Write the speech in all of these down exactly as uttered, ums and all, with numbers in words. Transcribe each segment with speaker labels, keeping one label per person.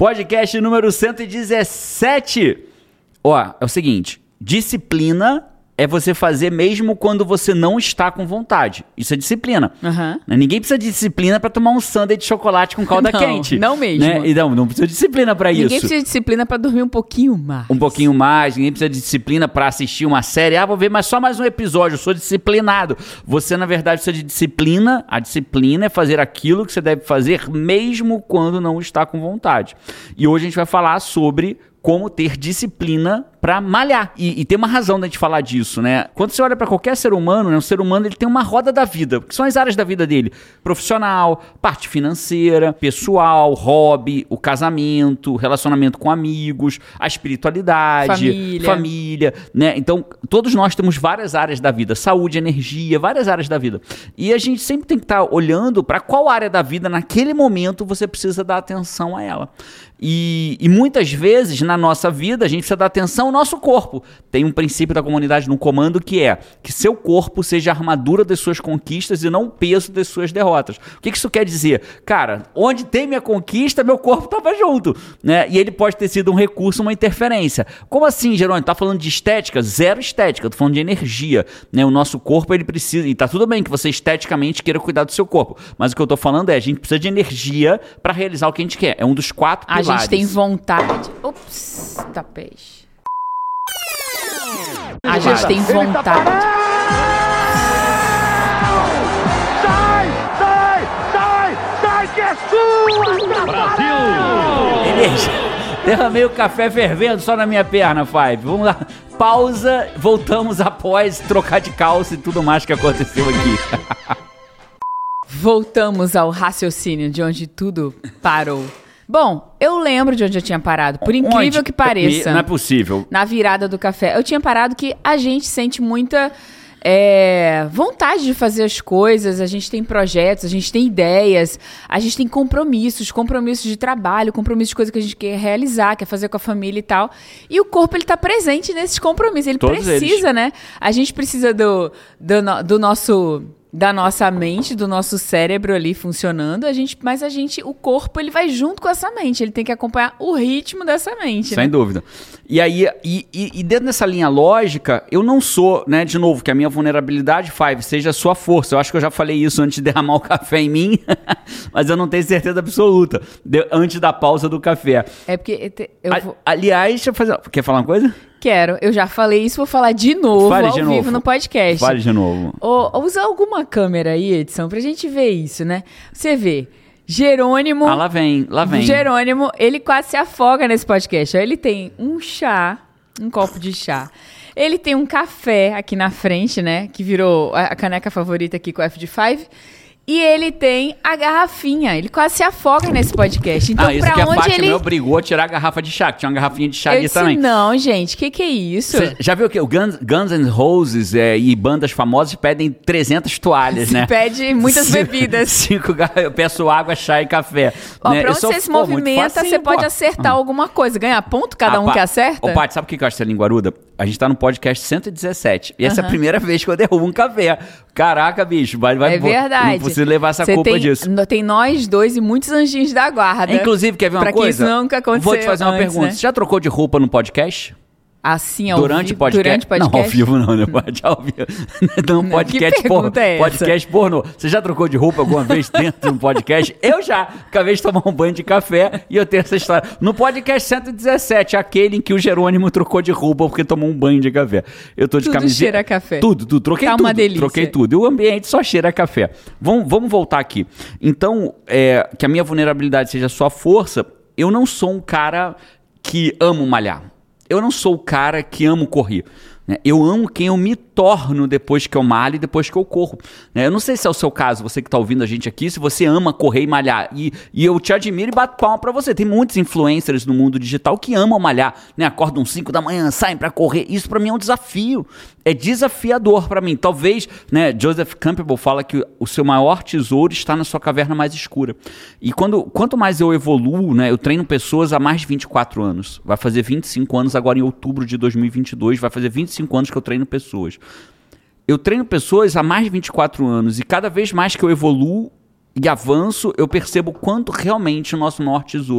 Speaker 1: Podcast número cento e dezessete. Ó, é o seguinte, disciplina é você fazer mesmo quando você não está com vontade. Isso é disciplina.
Speaker 2: Uhum.
Speaker 1: Ninguém precisa de disciplina para tomar um sundae de chocolate com calda
Speaker 2: não,
Speaker 1: quente.
Speaker 2: Não mesmo.
Speaker 1: Né? E não, não precisa de disciplina para isso.
Speaker 2: Ninguém precisa de disciplina para dormir um pouquinho mais.
Speaker 1: Um pouquinho mais. Ninguém precisa de disciplina para assistir uma série. Ah, vou ver mas só mais um episódio. Eu sou disciplinado. Você, na verdade, precisa de disciplina. A disciplina é fazer aquilo que você deve fazer mesmo quando não está com vontade. E hoje a gente vai falar sobre como ter disciplina para malhar. E, e tem uma razão da gente falar disso, né? Quando você olha para qualquer ser humano, né, o ser humano ele tem uma roda da vida, que são as áreas da vida dele: profissional, parte financeira, pessoal, hobby, o casamento, o relacionamento com amigos, a espiritualidade,
Speaker 2: família,
Speaker 1: família, né? Então, todos nós temos várias áreas da vida, saúde, energia, várias áreas da vida. E a gente sempre tem que estar olhando para qual área da vida, naquele momento, você precisa dar atenção a ela. E, e muitas vezes, na nossa vida, a gente precisa dar atenção ao nosso corpo. Tem um princípio da comunidade no comando que é que seu corpo seja a armadura das suas conquistas e não o peso das suas derrotas. O que isso quer dizer? Cara, onde tem minha conquista, meu corpo estava junto, né? E ele pode ter sido um recurso, uma interferência. Como assim, Jerônimo? Tá falando de estética? Zero estética, tô falando de energia, né? O nosso corpo, ele precisa... E tá tudo bem que você esteticamente queira cuidar do seu corpo, mas o que eu tô falando é, a gente precisa de energia para realizar o que a gente quer. É um dos quatro pilares.
Speaker 2: A gente tem vontade... Ups, tá peixe. A gente tem vontade.
Speaker 3: Sai, sai, sai, sai que é sua!
Speaker 1: Brasil! Energia. Derramei o café fervendo só na minha perna, Five. Vamos lá. Pausa, voltamos após trocar de calça e tudo mais que aconteceu aqui.
Speaker 2: Voltamos ao raciocínio de onde tudo parou. Bom, eu lembro de onde eu tinha parado, por incrível
Speaker 1: onde?
Speaker 2: que pareça.
Speaker 1: Não é possível.
Speaker 2: Na virada do café. Eu tinha parado que a gente sente muita é, vontade de fazer as coisas, a gente tem projetos, a gente tem ideias, a gente tem compromissos, compromissos de trabalho, compromissos de coisa que a gente quer realizar, quer fazer com a família e tal. E o corpo, ele tá presente nesses compromissos, ele
Speaker 1: Todos
Speaker 2: precisa,
Speaker 1: eles.
Speaker 2: né? A gente precisa do, do, do nosso... da nossa mente, do nosso cérebro ali funcionando, a gente, mas a gente, o corpo, ele vai junto com essa mente, ele tem que acompanhar o ritmo dessa mente,
Speaker 1: Sem
Speaker 2: né?
Speaker 1: dúvida. E aí, e, e, e dentro dessa linha lógica, eu não sou, né, de novo, que a minha vulnerabilidade, Five, seja a sua força. Eu acho que eu já falei isso antes de derramar o café em mim, mas eu não tenho certeza absoluta, de, antes da pausa do café.
Speaker 2: É porque eu
Speaker 1: A,
Speaker 2: vou...
Speaker 1: Aliás, deixa eu fazer... Quer falar uma coisa?
Speaker 2: Quero, eu já falei isso, vou falar de novo
Speaker 1: Fale
Speaker 2: ao
Speaker 1: de
Speaker 2: vivo
Speaker 1: novo.
Speaker 2: no podcast.
Speaker 1: Fale de novo.
Speaker 2: Ou, usa alguma câmera aí, edição, pra gente ver isso, né? Você vê, Jerônimo...
Speaker 1: Ah, lá vem, lá vem.
Speaker 2: Jerônimo, ele quase se afoga nesse podcast. Ele tem um chá, um copo de chá. Ele tem um café aqui na frente, né? Que virou a caneca favorita aqui com o F de Five. E ele tem a garrafinha. Ele quase se afoga nesse podcast. Então,
Speaker 1: ah, isso
Speaker 2: pra
Speaker 1: que a
Speaker 2: onde
Speaker 1: Fátima
Speaker 2: ele...
Speaker 1: me obrigou a tirar a garrafa de chá, que tinha uma garrafinha de chá
Speaker 2: Eu
Speaker 1: ali
Speaker 2: disse,
Speaker 1: também.
Speaker 2: não, gente, o que, que é isso?
Speaker 1: Cê já viu que o Guns, Guns N' Roses é, e bandas famosas pedem trezentas toalhas,
Speaker 2: Se
Speaker 1: né?
Speaker 2: pede muitas
Speaker 1: Cinco-
Speaker 2: bebidas.
Speaker 1: Cinco, gar- eu peço água, chá e café.
Speaker 2: Ó,
Speaker 1: né?
Speaker 2: pra
Speaker 1: Eu
Speaker 2: onde
Speaker 1: sou-
Speaker 2: você se
Speaker 1: pô, muito
Speaker 2: movimenta,
Speaker 1: facinho,
Speaker 2: você pode
Speaker 1: pô.
Speaker 2: acertar alguma coisa. Ganha ponto cada
Speaker 1: Ah,
Speaker 2: um
Speaker 1: pá.
Speaker 2: que acerta?
Speaker 1: Ô, Paty, sabe o que eu acho ser linguaruda? A gente tá no podcast cento e dezessete. E essa é a
Speaker 2: Aham.
Speaker 1: primeira vez que eu derrubo um café. Caraca, bicho. Vai, vai,
Speaker 2: É verdade.
Speaker 1: Não preciso levar essa
Speaker 2: Você
Speaker 1: culpa
Speaker 2: tem,
Speaker 1: disso.
Speaker 2: no- Tem nós dois e muitos anjinhos da guarda.
Speaker 1: Inclusive, quer ver uma
Speaker 2: pra
Speaker 1: coisa?
Speaker 2: que isso nunca aconteceu
Speaker 1: Vou te fazer uma
Speaker 2: antes,
Speaker 1: pergunta.
Speaker 2: né?
Speaker 1: Você já trocou de roupa no podcast?
Speaker 2: Assim, ao
Speaker 1: Durante o
Speaker 2: vivo,
Speaker 1: podcast?
Speaker 2: Durante o podcast?
Speaker 1: Não, ao vivo não, né? Pode ao vivo. Não,
Speaker 2: Não,
Speaker 1: podcast
Speaker 2: que
Speaker 1: pornô.
Speaker 2: pergunta é essa?
Speaker 1: Podcast pornô. Você já trocou de roupa alguma vez dentro do podcast? Eu já. Acabei de tomar um banho de café e eu tenho essa história. No podcast cento e dezessete, aquele em que o Jerônimo trocou de roupa porque tomou um banho de café. Eu tô de
Speaker 2: Tudo
Speaker 1: camiseta.
Speaker 2: cheira a café.
Speaker 1: Tudo, tudo. Troquei
Speaker 2: Tá
Speaker 1: tudo.
Speaker 2: uma delícia.
Speaker 1: Troquei tudo. E o ambiente só cheira a café. Vamos, vamos voltar aqui. Então, é, que a minha vulnerabilidade seja só força, eu não sou um cara que amo malhar. Eu não sou o cara que amo correr. Né? Eu amo quem eu me torno depois que eu malho e depois que eu corro. Né? Eu não sei se é o seu caso, você que está ouvindo a gente aqui, se você ama correr e malhar. E, e eu te admiro e bato palma para você. Tem muitos influencers no mundo digital que amam malhar. Né? Acordam cinco da manhã, saem para correr. Isso para mim é um desafio. É desafiador para mim. Talvez, né, Joseph Campbell fala que o seu maior tesouro está na sua caverna mais escura. E quando, quanto mais eu evoluo, né, eu treino pessoas há mais de vinte e quatro anos. Vai fazer vinte e cinco anos agora em outubro de dois mil e vinte e dois. Vai fazer vinte e cinco anos que eu treino pessoas. Eu treino pessoas há mais de vinte e quatro anos e cada vez mais que eu evoluo e avanço, eu percebo quanto realmente o nosso maior tesouro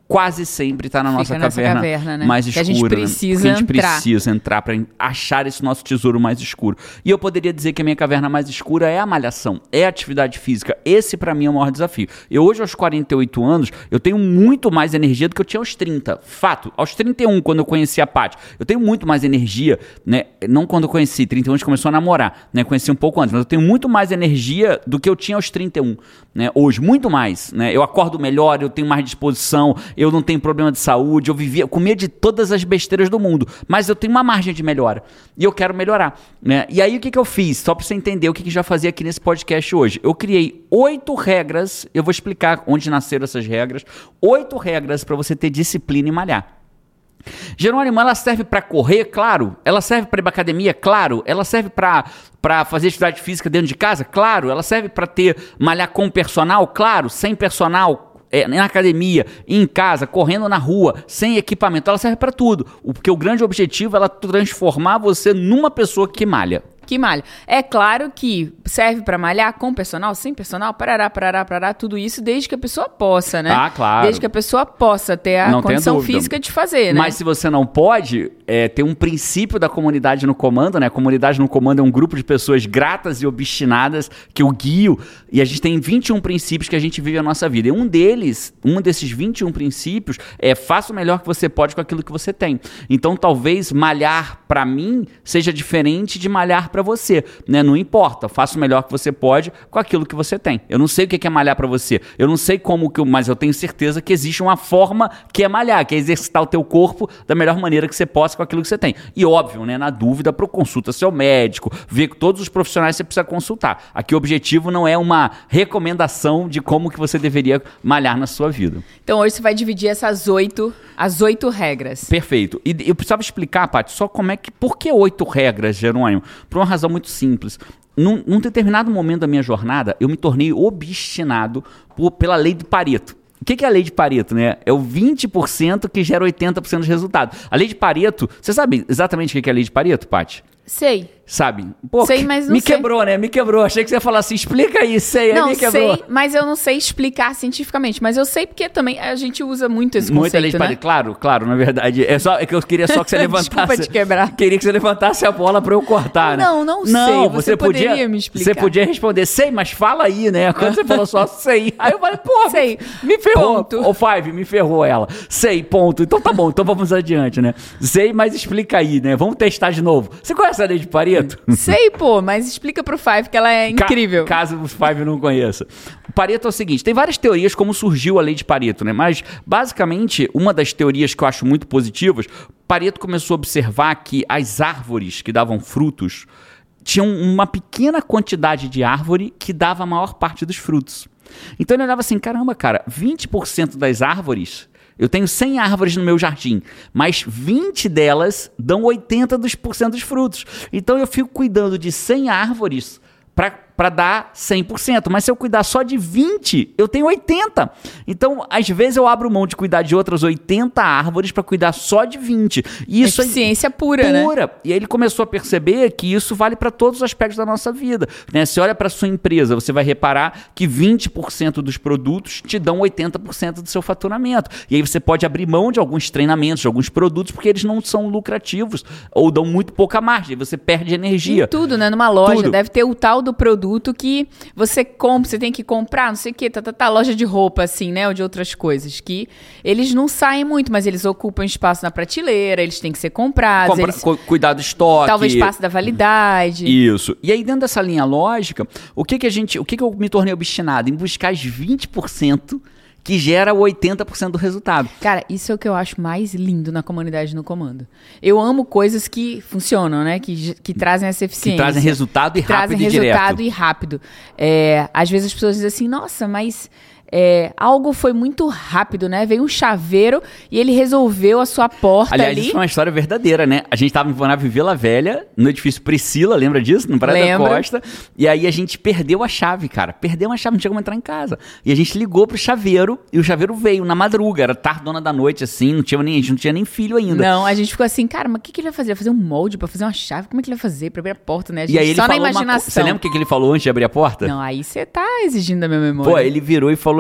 Speaker 1: quase sempre está na
Speaker 2: Fica
Speaker 1: nossa
Speaker 2: nessa
Speaker 1: caverna,
Speaker 2: caverna, né?
Speaker 1: mais
Speaker 2: Que
Speaker 1: escura.
Speaker 2: a gente precisa
Speaker 1: né? Que a gente
Speaker 2: entrar.
Speaker 1: precisa entrar para achar esse nosso tesouro mais escuro. E eu poderia dizer que a minha caverna mais escura é a malhação, é a atividade física. Esse para mim é o maior desafio. Eu hoje aos quarenta e oito anos, eu tenho muito mais energia do que eu tinha aos trinta. Fato, aos trinta e um, quando eu conheci a Paty, eu tenho muito mais energia, né? Não quando eu conheci, trinta e um a gente começou a namorar, né? Conheci um pouco antes, mas eu tenho muito mais energia do que eu tinha aos trinta e um, né? Hoje, muito mais, né? Eu acordo melhor, eu tenho mais disposição, eu não tenho problema de saúde, eu vivia, eu comia de todas as besteiras do mundo, mas eu tenho uma margem de melhora e eu quero melhorar, né? E aí o que, que eu fiz? Só para você entender o que, que já fazia aqui nesse podcast hoje. Eu criei oito regras, eu vou explicar onde nasceram essas regras, oito regras para você ter disciplina e malhar. Jerônimo, ela serve para correr? Claro. Ela serve para ir para academia? Claro. Ela serve para para fazer atividade física dentro de casa? Claro. Ela serve para ter malhar com personal? Claro. Sem personal? É, na academia, em casa, correndo na rua, sem equipamento, ela serve para tudo. Porque o grande objetivo é ela transformar você numa pessoa que malha.
Speaker 2: Que malha. É claro que serve para malhar com personal, sem personal, parará, parará, parará, tudo isso desde que a pessoa possa, né?
Speaker 1: Ah, claro.
Speaker 2: Desde que a pessoa possa ter a
Speaker 1: Não
Speaker 2: condição
Speaker 1: tenha dúvida.
Speaker 2: física de fazer, né?
Speaker 1: Mas se você não pode, é, tem um princípio da comunidade no comando, né? A comunidade no comando é um grupo de pessoas gratas e obstinadas que eu guio, e a gente tem vinte e um princípios que a gente vive a nossa vida. E um deles, um desses vinte e um princípios é faça o melhor que você pode com aquilo que você tem. Então talvez malhar para mim seja diferente de malhar para você, né? Não importa, faça o melhor que você pode com aquilo que você tem. Eu não sei o que é malhar para você, eu não sei como que, eu, mas eu tenho certeza que existe uma forma que é malhar, que é exercitar o teu corpo da melhor maneira que você possa com aquilo que você tem. E óbvio, né? Na dúvida, pro consulta seu médico, ver com todos os profissionais que você precisa consultar. Aqui o objetivo não é uma recomendação de como que você deveria malhar na sua vida.
Speaker 2: Então hoje você vai dividir essas oito, as oito regras.
Speaker 1: Perfeito. E eu precisava explicar, Paty, só como é que, por que oito regras, Jerônimo? Por uma razão muito simples. Num, num determinado momento da minha jornada, eu me tornei obstinado por, pela lei de Pareto. O que é a lei de Pareto, né? É o vinte por cento que gera oitenta por cento dos resultados. A lei de Pareto, você sabe exatamente o que é a lei de Pareto, Paty?
Speaker 2: Sei.
Speaker 1: Sabe? Pô,
Speaker 2: sei, mas não
Speaker 1: me
Speaker 2: sei.
Speaker 1: quebrou, né? Me quebrou. Achei que você ia falar assim, explica aí, sei,
Speaker 2: não,
Speaker 1: aí me quebrou.
Speaker 2: sei, mas eu não sei explicar cientificamente. Mas eu sei porque também a gente usa muito esse
Speaker 1: Muita
Speaker 2: conceito,
Speaker 1: lei de
Speaker 2: né?
Speaker 1: Pareto. Claro, claro, na verdade. É, só, é que eu queria só que você levantasse.
Speaker 2: Desculpa te quebrar.
Speaker 1: Queria que você levantasse a bola pra eu cortar, né?
Speaker 2: Não, não sei.
Speaker 1: Não,
Speaker 2: Você
Speaker 1: você
Speaker 2: poderia
Speaker 1: podia,
Speaker 2: me explicar.
Speaker 1: Você podia responder, sei, mas fala aí, né? Quando você falou só sei. Aí eu falei, pô,
Speaker 2: Sei.
Speaker 1: me ferrou.
Speaker 2: Ponto.
Speaker 1: O Five, me ferrou ela. Sei, ponto. Então tá bom, então vamos adiante, né? Sei, mas explica aí, né? Vamos testar de novo. Você conhece a lei de Pareto?
Speaker 2: Sei, pô, mas explica pro Five que ela é incrível.
Speaker 1: Ca- caso o Five não conheça. O Pareto é o seguinte, tem várias teorias como surgiu a lei de Pareto, né? Mas, basicamente, uma das teorias que eu acho muito positivas, Pareto começou a observar que as árvores que davam frutos tinham uma pequena quantidade de árvore que dava a maior parte dos frutos. Então ele olhava assim, caramba, cara, vinte por cento das árvores... Eu tenho cem árvores no meu jardim, mas vinte delas dão oitenta por cento dos frutos. Então eu fico cuidando de cem árvores para dar cem por cento. Mas se eu cuidar só de vinte, eu tenho oitenta. Então, às vezes, eu abro mão de cuidar de outras oitenta árvores para cuidar só de vinte. E isso
Speaker 2: Eficiência
Speaker 1: é
Speaker 2: pura, né?
Speaker 1: pura. E aí ele começou a perceber que isso vale para todos os aspectos da nossa vida. Né? Você olha para sua empresa, você vai reparar que vinte por cento dos produtos te dão oitenta por cento do seu faturamento. E aí você pode abrir mão de alguns treinamentos, de alguns produtos, porque eles não são lucrativos ou dão muito pouca margem. Você perde energia.
Speaker 2: Em tudo, né? Numa loja,
Speaker 1: Tudo.
Speaker 2: deve ter o tal do produto que você compra, você tem que comprar, não sei o quê, tá, tá, tá, loja de roupa, assim, né? Ou de outras coisas, que eles não saem muito, mas eles ocupam espaço na prateleira, eles têm que ser comprados.
Speaker 1: Compra,
Speaker 2: eles,
Speaker 1: cu- cuidar do estoque.
Speaker 2: talvez passe da validade.
Speaker 1: Isso. E aí, dentro dessa linha lógica, o que que a gente, o que que eu me tornei obstinado? Em buscar os vinte por cento que gera oitenta por cento do resultado.
Speaker 2: Cara, isso é o que eu acho mais lindo na comunidade no comando. Eu amo coisas que funcionam, né? Que, que trazem essa eficiência.
Speaker 1: Que trazem resultado e
Speaker 2: que
Speaker 1: rápido
Speaker 2: trazem
Speaker 1: e direto.
Speaker 2: resultado e rápido. É, às vezes as pessoas dizem assim, nossa, mas é, algo foi muito rápido, né? Veio um chaveiro e ele resolveu a sua porta
Speaker 1: Aliás,
Speaker 2: ali.
Speaker 1: isso foi uma história verdadeira, né? A gente tava em na Vila Velha, no edifício Priscila, lembra disso? No Praia
Speaker 2: Lembro.
Speaker 1: da Costa. E aí a gente perdeu a chave, cara. Perdeu a chave, não tinha como entrar em casa. E a gente ligou pro chaveiro, e o chaveiro veio na madruga, era tardona da noite, assim, não tinha nem, a gente não tinha nem filho ainda.
Speaker 2: Não, a gente ficou assim, cara, mas o que, que ele vai fazer? Vai fazer um molde pra fazer uma chave? Como é que ele vai fazer pra abrir a porta, né? A gente
Speaker 1: E aí ele
Speaker 2: só na
Speaker 1: falou uma co-
Speaker 2: imaginação.
Speaker 1: Você lembra o que que ele falou antes de abrir a porta?
Speaker 2: Não, aí você tá exigindo da minha memória.
Speaker 1: Pô, ele virou e falou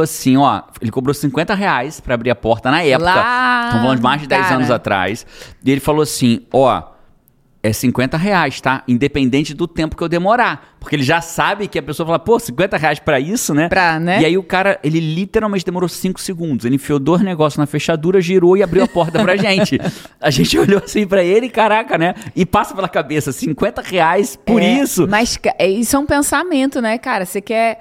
Speaker 1: falou assim, ó, ele cobrou cinquenta reais pra abrir a porta na época.
Speaker 2: Lá,
Speaker 1: Estamos falando de mais de dez
Speaker 2: cara.
Speaker 1: anos atrás. E ele falou assim, ó, é cinquenta reais, tá? Independente do tempo que eu demorar. Porque ele já sabe que a pessoa fala, pô, cinquenta reais pra isso, né?
Speaker 2: Pra, né?
Speaker 1: E aí o cara, ele literalmente demorou cinco segundos. Ele enfiou dois negócios na fechadura, girou e abriu a porta pra gente. A gente olhou assim pra ele, caraca, né? E passa pela cabeça, cinquenta reais por
Speaker 2: É,
Speaker 1: isso.
Speaker 2: Mas ca- é, isso é um pensamento, né, cara? Você quer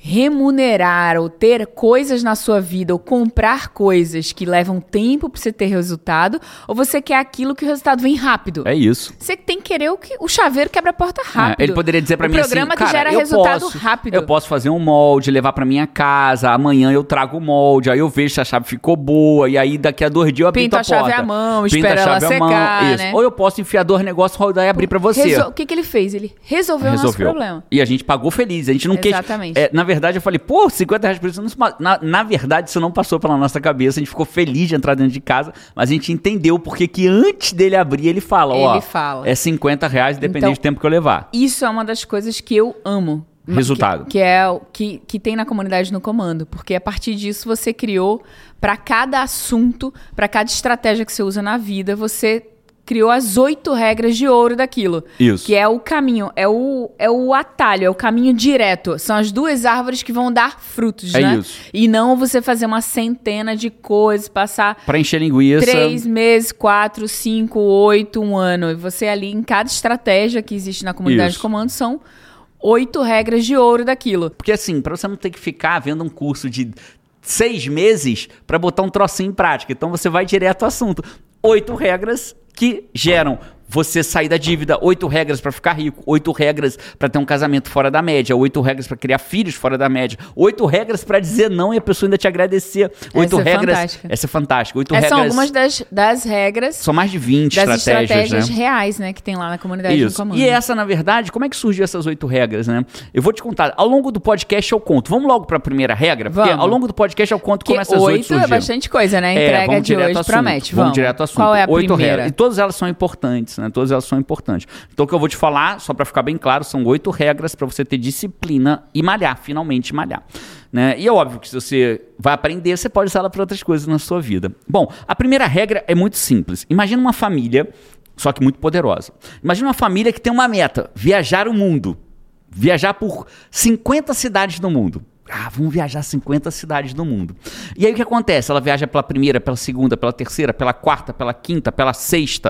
Speaker 2: remunerar ou ter coisas na sua vida ou comprar coisas que levam tempo pra você ter resultado, ou você quer aquilo que o resultado vem rápido?
Speaker 1: É isso.
Speaker 2: Você tem que querer o, que, o chaveiro quebra a porta rápido.
Speaker 1: É, ele poderia dizer pra
Speaker 2: o
Speaker 1: mim assim,
Speaker 2: programa que
Speaker 1: cara,
Speaker 2: gera
Speaker 1: eu
Speaker 2: resultado
Speaker 1: posso,
Speaker 2: rápido.
Speaker 1: eu posso fazer um molde, levar pra minha casa, amanhã eu trago o molde, aí eu vejo se a chave ficou boa, e aí daqui a dois dias eu abro
Speaker 2: Pinta
Speaker 1: a
Speaker 2: a chave
Speaker 1: porta.
Speaker 2: à mão,
Speaker 1: Pinta
Speaker 2: espera
Speaker 1: a
Speaker 2: ela
Speaker 1: chave à mão,
Speaker 2: secar,
Speaker 1: isso.
Speaker 2: né?
Speaker 1: Ou eu posso enfiar dois negócios, rodar e abrir pra você.
Speaker 2: Resol- O que, que ele fez? Ele resolveu, o nosso
Speaker 1: Resolveu.
Speaker 2: problema.
Speaker 1: E a gente pagou feliz. A gente não quis.
Speaker 2: Exatamente.
Speaker 1: É, na verdade, eu falei, pô, cinquenta reais por isso. Não, se pa- na, na verdade, isso não passou pela nossa cabeça. A gente ficou feliz de entrar dentro de casa, mas a gente entendeu porque que antes dele abrir, ele fala: ó,
Speaker 2: Ele fala.
Speaker 1: é cinquenta reais, dependendo
Speaker 2: Então,
Speaker 1: do tempo que eu levar.
Speaker 2: Isso é uma das coisas que eu amo.
Speaker 1: Resultado.
Speaker 2: Que, que é o que, que tem na comunidade no comando. Porque a partir disso você criou, para cada assunto, para cada estratégia que você usa na vida, você criou as oito regras de ouro daquilo.
Speaker 1: Isso.
Speaker 2: Que é o caminho, é o, é o atalho, é o caminho direto. São as duas árvores que vão dar frutos,
Speaker 1: É
Speaker 2: né?
Speaker 1: isso.
Speaker 2: E não você fazer uma centena de coisas, passar
Speaker 1: Pra encher linguiça.
Speaker 2: três meses, quatro, cinco, oito, um ano. E você ali, em cada estratégia que existe na comunidade
Speaker 1: Isso.
Speaker 2: de comando, são oito regras de ouro daquilo.
Speaker 1: Porque assim, pra você não ter que ficar vendo um curso de seis meses pra botar um trocinho em prática. Então você vai direto ao assunto. Oito regras que geram você sair da dívida, oito regras pra ficar rico, oito regras pra ter um casamento fora da média, oito regras pra criar filhos fora da média, oito regras pra dizer não e a pessoa ainda te agradecer, oito
Speaker 2: Essa é
Speaker 1: regras.
Speaker 2: fantástica.
Speaker 1: Essa é fantástica. Oito
Speaker 2: Essas
Speaker 1: regras.
Speaker 2: são algumas das, das regras,
Speaker 1: São mais de vinte
Speaker 2: das
Speaker 1: estratégias,
Speaker 2: estratégias
Speaker 1: né?
Speaker 2: reais, né, que tem lá na comunidade do
Speaker 1: Isso.
Speaker 2: comando.
Speaker 1: E essa, na verdade, como é que surgiu essas oito regras, né? Eu vou te contar. Ao longo do podcast eu conto. Vamos logo pra primeira regra? Porque
Speaker 2: Vamos.
Speaker 1: ao longo do podcast eu conto como
Speaker 2: Porque
Speaker 1: essas oito
Speaker 2: oito é
Speaker 1: surgiram.
Speaker 2: bastante coisa, né? A
Speaker 1: É,
Speaker 2: entrega
Speaker 1: vamos
Speaker 2: de
Speaker 1: direto
Speaker 2: hoje
Speaker 1: ao assunto.
Speaker 2: promete.
Speaker 1: Vamos
Speaker 2: Vamos.
Speaker 1: direto ao assunto.
Speaker 2: Qual é a
Speaker 1: Oito
Speaker 2: primeira?
Speaker 1: regras. E todas elas são importantes, né? Todas elas são importantes. Então o que eu vou te falar, só pra ficar bem claro, são oito regras pra você ter disciplina e malhar, finalmente malhar. Né? E é óbvio que se você vai aprender, você pode usar ela para outras coisas na sua vida. Bom, a primeira regra é muito simples. Imagina uma família, só que muito poderosa. Imagina uma família que tem uma meta, viajar o mundo. Viajar por cinquenta cidades no mundo. Ah, vamos viajar cinquenta cidades no mundo. E aí o que acontece? Ela viaja pela primeira, pela segunda, pela terceira, pela quarta, pela quinta, pela sexta.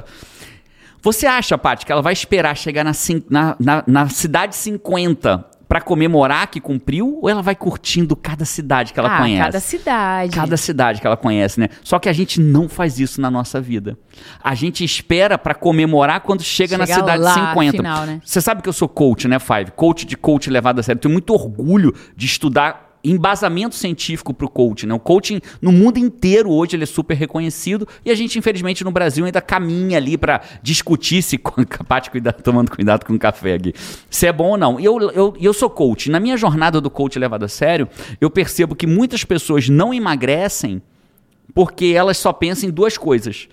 Speaker 1: Você acha, Paty, que ela vai esperar chegar na, na, na, na cidade cinquenta para comemorar que cumpriu? Ou ela vai curtindo cada cidade que ela
Speaker 2: ah,
Speaker 1: conhece?
Speaker 2: cada cidade.
Speaker 1: Cada cidade que ela conhece, né? Só que a gente não faz isso na nossa vida. A gente espera para comemorar quando chega,
Speaker 2: Chega
Speaker 1: na cidade
Speaker 2: lá,
Speaker 1: cinquenta.
Speaker 2: final, né?
Speaker 1: Você sabe que eu sou coach, né, Five? Coach de coach levado a sério. Eu tenho muito orgulho de estudar embasamento científico para o coaching, né? O coaching no mundo inteiro hoje ele é super reconhecido e a gente infelizmente no Brasil ainda caminha ali para discutir se Paty, cuidado, tomando cuidado com o café aqui, se é bom ou não. E eu, eu, eu sou coach. Na minha jornada do coach levado a sério, eu percebo que muitas pessoas não emagrecem porque elas só pensam em duas coisas: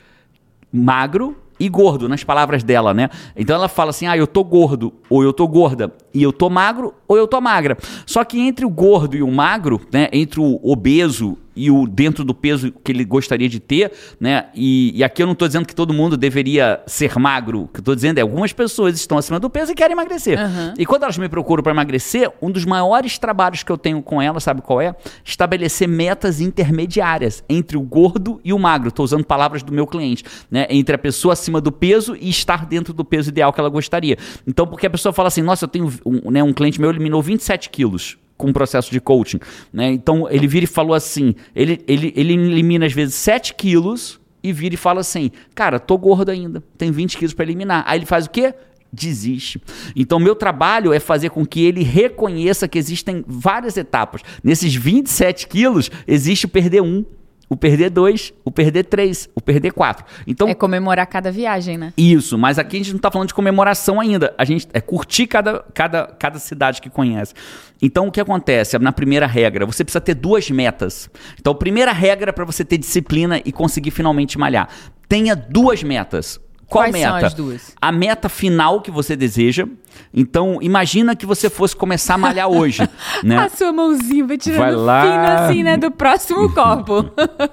Speaker 1: magro e gordo, nas palavras dela, né? Então ela fala assim, ah, eu tô gordo, ou eu tô gorda, e eu tô magro, ou eu tô magra. Só que entre o gordo e o magro, né, entre o obeso e o dentro do peso que ele gostaria de ter, né, e, e aqui eu não tô dizendo que todo mundo deveria ser magro, o que eu tô dizendo é algumas pessoas estão acima do peso e querem emagrecer. Uhum. E quando elas me procuram para emagrecer, um dos maiores trabalhos que eu tenho com elas, sabe qual é? Estabelecer metas intermediárias entre o gordo e o magro. Tô usando palavras do meu cliente, né, entre a pessoa acima do peso e estar dentro do peso ideal que ela gostaria. Então, porque a pessoa fala assim, nossa, eu tenho um, né, um cliente meu eliminou vinte e sete quilos com um processo de coaching, né? Então ele vira e falou assim, ele, ele, ele elimina às vezes sete quilos e vira e fala assim, cara, tô gordo ainda, tem vinte quilos para eliminar. Aí ele faz o quê? Desiste. Então meu trabalho é fazer com que ele reconheça que existem várias etapas. Nesses vinte e sete quilos existe o perder um, o perder dois, o perder três, o perder quatro. Então,
Speaker 2: é comemorar cada viagem, né?
Speaker 1: Isso, mas aqui a gente não está falando de comemoração ainda. A gente é curtir cada, cada, cada cidade que conhece. Então, o que acontece? Na primeira regra, você precisa ter duas metas. Então, a primeira regra para você ter disciplina e conseguir finalmente malhar. Tenha duas metas. Qual
Speaker 2: Quais
Speaker 1: meta?
Speaker 2: são as duas?
Speaker 1: A meta final que você deseja. Então, imagina que você fosse começar a malhar hoje, né?
Speaker 2: A sua mãozinha vai tirando
Speaker 1: Vai lá.
Speaker 2: fino assim, né? Do próximo copo.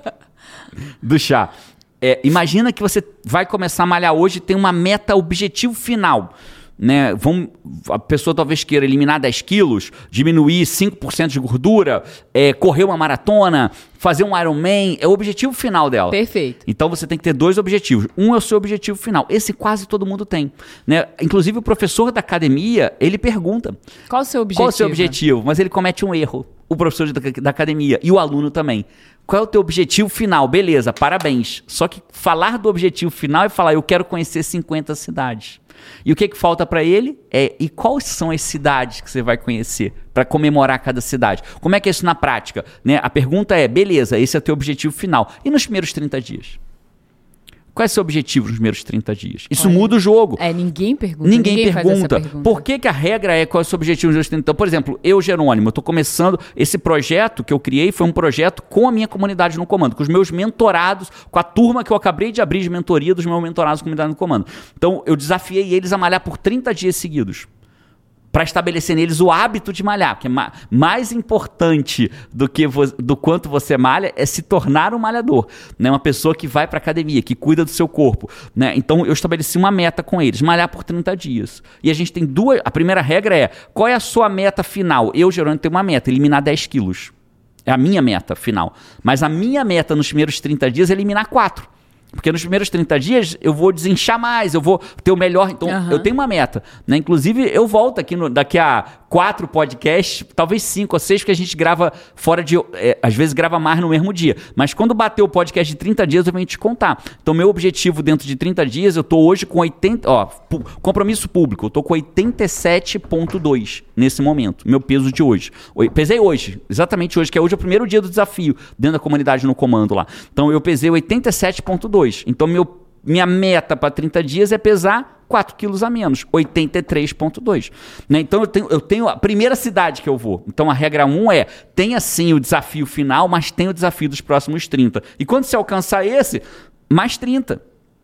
Speaker 1: Do chá. É, imagina que você vai começar a malhar hoje e tem uma meta objetivo final. Né? Vamos, a pessoa talvez queira eliminar dez quilos, diminuir cinco por cento de gordura, é, correr uma maratona, fazer um Ironman. É o objetivo final dela.
Speaker 2: Perfeito.
Speaker 1: Então você tem que ter dois objetivos. Um é o seu objetivo final. Esse quase todo mundo tem. Né? Inclusive o professor da academia, ele pergunta.
Speaker 2: Qual o seu objetivo?
Speaker 1: Qual o seu objetivo? Mas ele comete um erro. O professor da, da academia e o aluno também. Qual é o teu objetivo final? Beleza, parabéns. Só que falar do objetivo final é falar, eu quero conhecer cinquenta cidades. E o que, que falta para ele? É, e quais são as cidades que você vai conhecer para comemorar cada cidade? Como é que é isso na prática? Né? A pergunta é, beleza, esse é o teu objetivo final. E nos primeiros trinta dias? Qual é o seu objetivo nos primeiros trinta dias? Isso
Speaker 2: Olha,
Speaker 1: muda o jogo.
Speaker 2: É, ninguém pergunta.
Speaker 1: Ninguém,
Speaker 2: ninguém
Speaker 1: pergunta.
Speaker 2: faz essa pergunta.
Speaker 1: Por que, que a regra é qual é o seu objetivo nos primeiros trinta? Então, por exemplo, eu, Jerônimo, eu estou começando... Esse projeto que eu criei foi um projeto com a minha comunidade no comando, com os meus mentorados, com a turma que eu acabei de abrir de mentoria dos meus mentorados comunidade no comando. Então, eu desafiei eles a malhar por trinta dias seguidos. Para estabelecer neles o hábito de malhar, porque ma- mais importante do que vo- do quanto você malha é se tornar um malhador, né? Uma pessoa que vai para academia, que cuida do seu corpo, né? Então eu estabeleci uma meta com eles, malhar por trinta dias. E a gente tem duas, a primeira regra é, qual é a sua meta final? Eu, Jerônimo, tenho uma meta, eliminar dez quilos. É a minha meta final. Mas a minha meta nos primeiros trinta dias é eliminar quatro. Porque nos primeiros trinta dias eu vou desinchar mais, eu vou ter o melhor. Então,
Speaker 2: Uhum.
Speaker 1: eu tenho uma meta. Né? Inclusive, eu volto aqui no, daqui a quatro podcasts, talvez cinco ou seis, porque a gente grava fora de... É, às vezes grava mais no mesmo dia. Mas quando bater o podcast de trinta dias, eu venho te contar. Então, meu objetivo dentro de trinta dias, eu estou hoje com oitenta... Ó, pu- compromisso público, eu estou com oitenta e sete vírgula dois nesse momento. Meu peso de hoje. Oi, pesei hoje, exatamente hoje, que é hoje é o primeiro dia do desafio, dentro da comunidade no comando lá. Então, eu pesei oitenta e sete vírgula dois. Então, meu, minha meta para trinta dias é pesar quatro quilos a menos, oitenta e três vírgula dois. Né? Então, eu tenho, eu tenho a primeira cidade que eu vou. Então, a regra um é, tenha sim o desafio final, mas tenha o desafio dos próximos trinta. E quando você alcançar esse, mais trinta.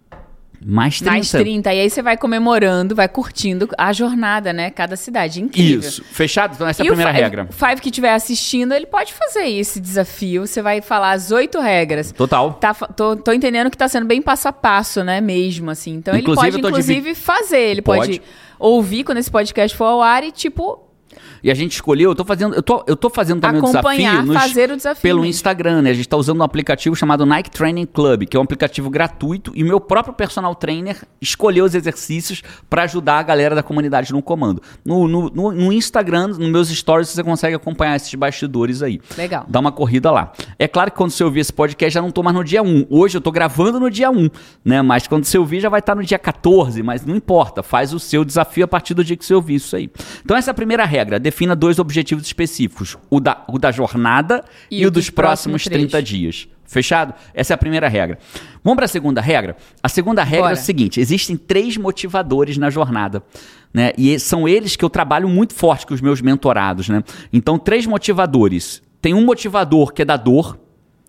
Speaker 1: Mais trinta.
Speaker 2: Mais trinta. E aí você vai comemorando, vai curtindo a jornada, né? Cada cidade. Incrível.
Speaker 1: Isso. Fechado? Então, essa é
Speaker 2: E
Speaker 1: a primeira
Speaker 2: o Five,
Speaker 1: regra.
Speaker 2: O Five que estiver assistindo, ele pode fazer esse desafio. Você vai falar as oito regras.
Speaker 1: Total.
Speaker 2: Tá, fa- tô, tô entendendo que tá sendo bem passo a passo, né? Mesmo, assim. Então
Speaker 1: Inclusive,
Speaker 2: ele
Speaker 1: eu
Speaker 2: pode,
Speaker 1: tô
Speaker 2: inclusive, fazer. Ele pode.
Speaker 1: Pode.
Speaker 2: ouvir quando esse podcast for ao ar e, tipo...
Speaker 1: E a gente escolheu, eu tô fazendo, eu tô, eu tô fazendo também o
Speaker 2: Acompanhar,
Speaker 1: desafio nos-
Speaker 2: fazer o desafio
Speaker 1: pelo
Speaker 2: mesmo.
Speaker 1: Instagram, né? A gente tá usando um aplicativo chamado Nike Training Club, que é um aplicativo gratuito, e meu próprio personal trainer escolheu os exercícios para ajudar a galera da comunidade no comando. No, no, no, no Instagram, nos meus stories, você consegue acompanhar esses bastidores aí.
Speaker 2: Legal.
Speaker 1: Dá uma corrida lá. É claro que quando você ouvir esse podcast, já não tô mais no dia um. Hoje eu tô gravando no dia um, né? Mas quando você ouvir, já vai estar no dia quatorze, mas não importa. Faz o seu desafio a partir do dia que você ouvir isso aí. Então essa é a primeira regra. Defina dois objetivos específicos. O da, o da jornada e,
Speaker 2: E
Speaker 1: o
Speaker 2: o
Speaker 1: dos,
Speaker 2: dos
Speaker 1: próximos
Speaker 2: próximos
Speaker 1: trinta dias. Fechado? Essa é a primeira regra. Vamos para a segunda regra? A segunda regra
Speaker 2: Bora.
Speaker 1: é o seguinte. Existem três motivadores na jornada. Né? E são eles que eu trabalho muito forte com os meus mentorados. Né? Então, três motivadores. Tem um motivador que é da dor.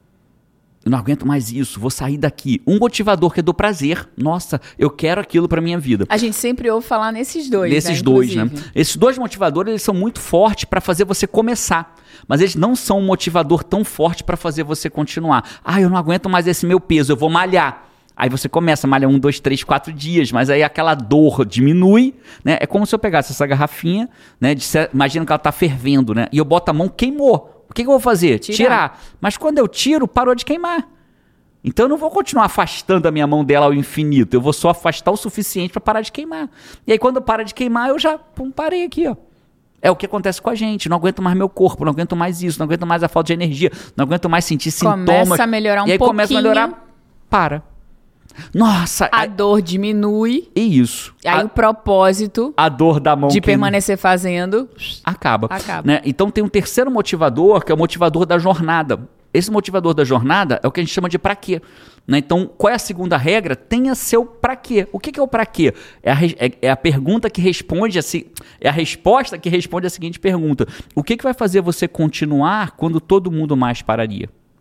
Speaker 1: Eu não aguento mais isso, vou sair daqui. Um motivador que é do prazer. Nossa, eu quero aquilo para minha vida.
Speaker 2: A gente sempre ouve falar nesses dois,
Speaker 1: Desses
Speaker 2: né?
Speaker 1: dois, né?
Speaker 2: Inclusive.
Speaker 1: Esses dois motivadores, eles são muito fortes para fazer você começar. Mas eles não são um motivador tão forte para fazer você continuar. Ah, eu não aguento mais esse meu peso, eu vou malhar. Aí você começa a malhar um, dois, três, quatro dias, mas aí aquela dor diminui, né? É como se eu pegasse essa garrafinha, né? De, imagina que ela tá fervendo, né? E eu boto a mão, queimou. O que, que eu vou fazer?
Speaker 2: Tirar.
Speaker 1: Tirar. Mas quando eu tiro, parou de queimar. Então eu não vou continuar afastando a minha mão dela ao infinito. Eu vou só afastar o suficiente para parar de queimar. E aí quando para de queimar, eu já pum, parei aqui, ó. É o que acontece com a gente. Não aguento mais meu corpo, não aguento mais isso, não aguento mais a falta de energia, não aguento mais sentir sintomas.
Speaker 2: Começa a melhorar um
Speaker 1: E aí começa a
Speaker 2: pouquinho.
Speaker 1: melhorar, para. Nossa,
Speaker 2: A
Speaker 1: a...
Speaker 2: dor diminui.
Speaker 1: e isso.
Speaker 2: Aí
Speaker 1: a,
Speaker 2: o propósito
Speaker 1: a dor da mão
Speaker 2: de
Speaker 1: que
Speaker 2: permanecer fazendo...
Speaker 1: acaba.
Speaker 2: Acaba.
Speaker 1: Né? Então tem um terceiro motivador, que é o motivador da jornada. Esse motivador da jornada é o que a gente chama de pra quê. Né? Então, qual é a segunda regra? Tenha seu pra quê. O que, que é o pra quê? É a, re- é, é a pergunta que responde, a se, é a resposta que responde a seguinte pergunta. O que, que vai fazer você continuar quando todo mundo mais pararia?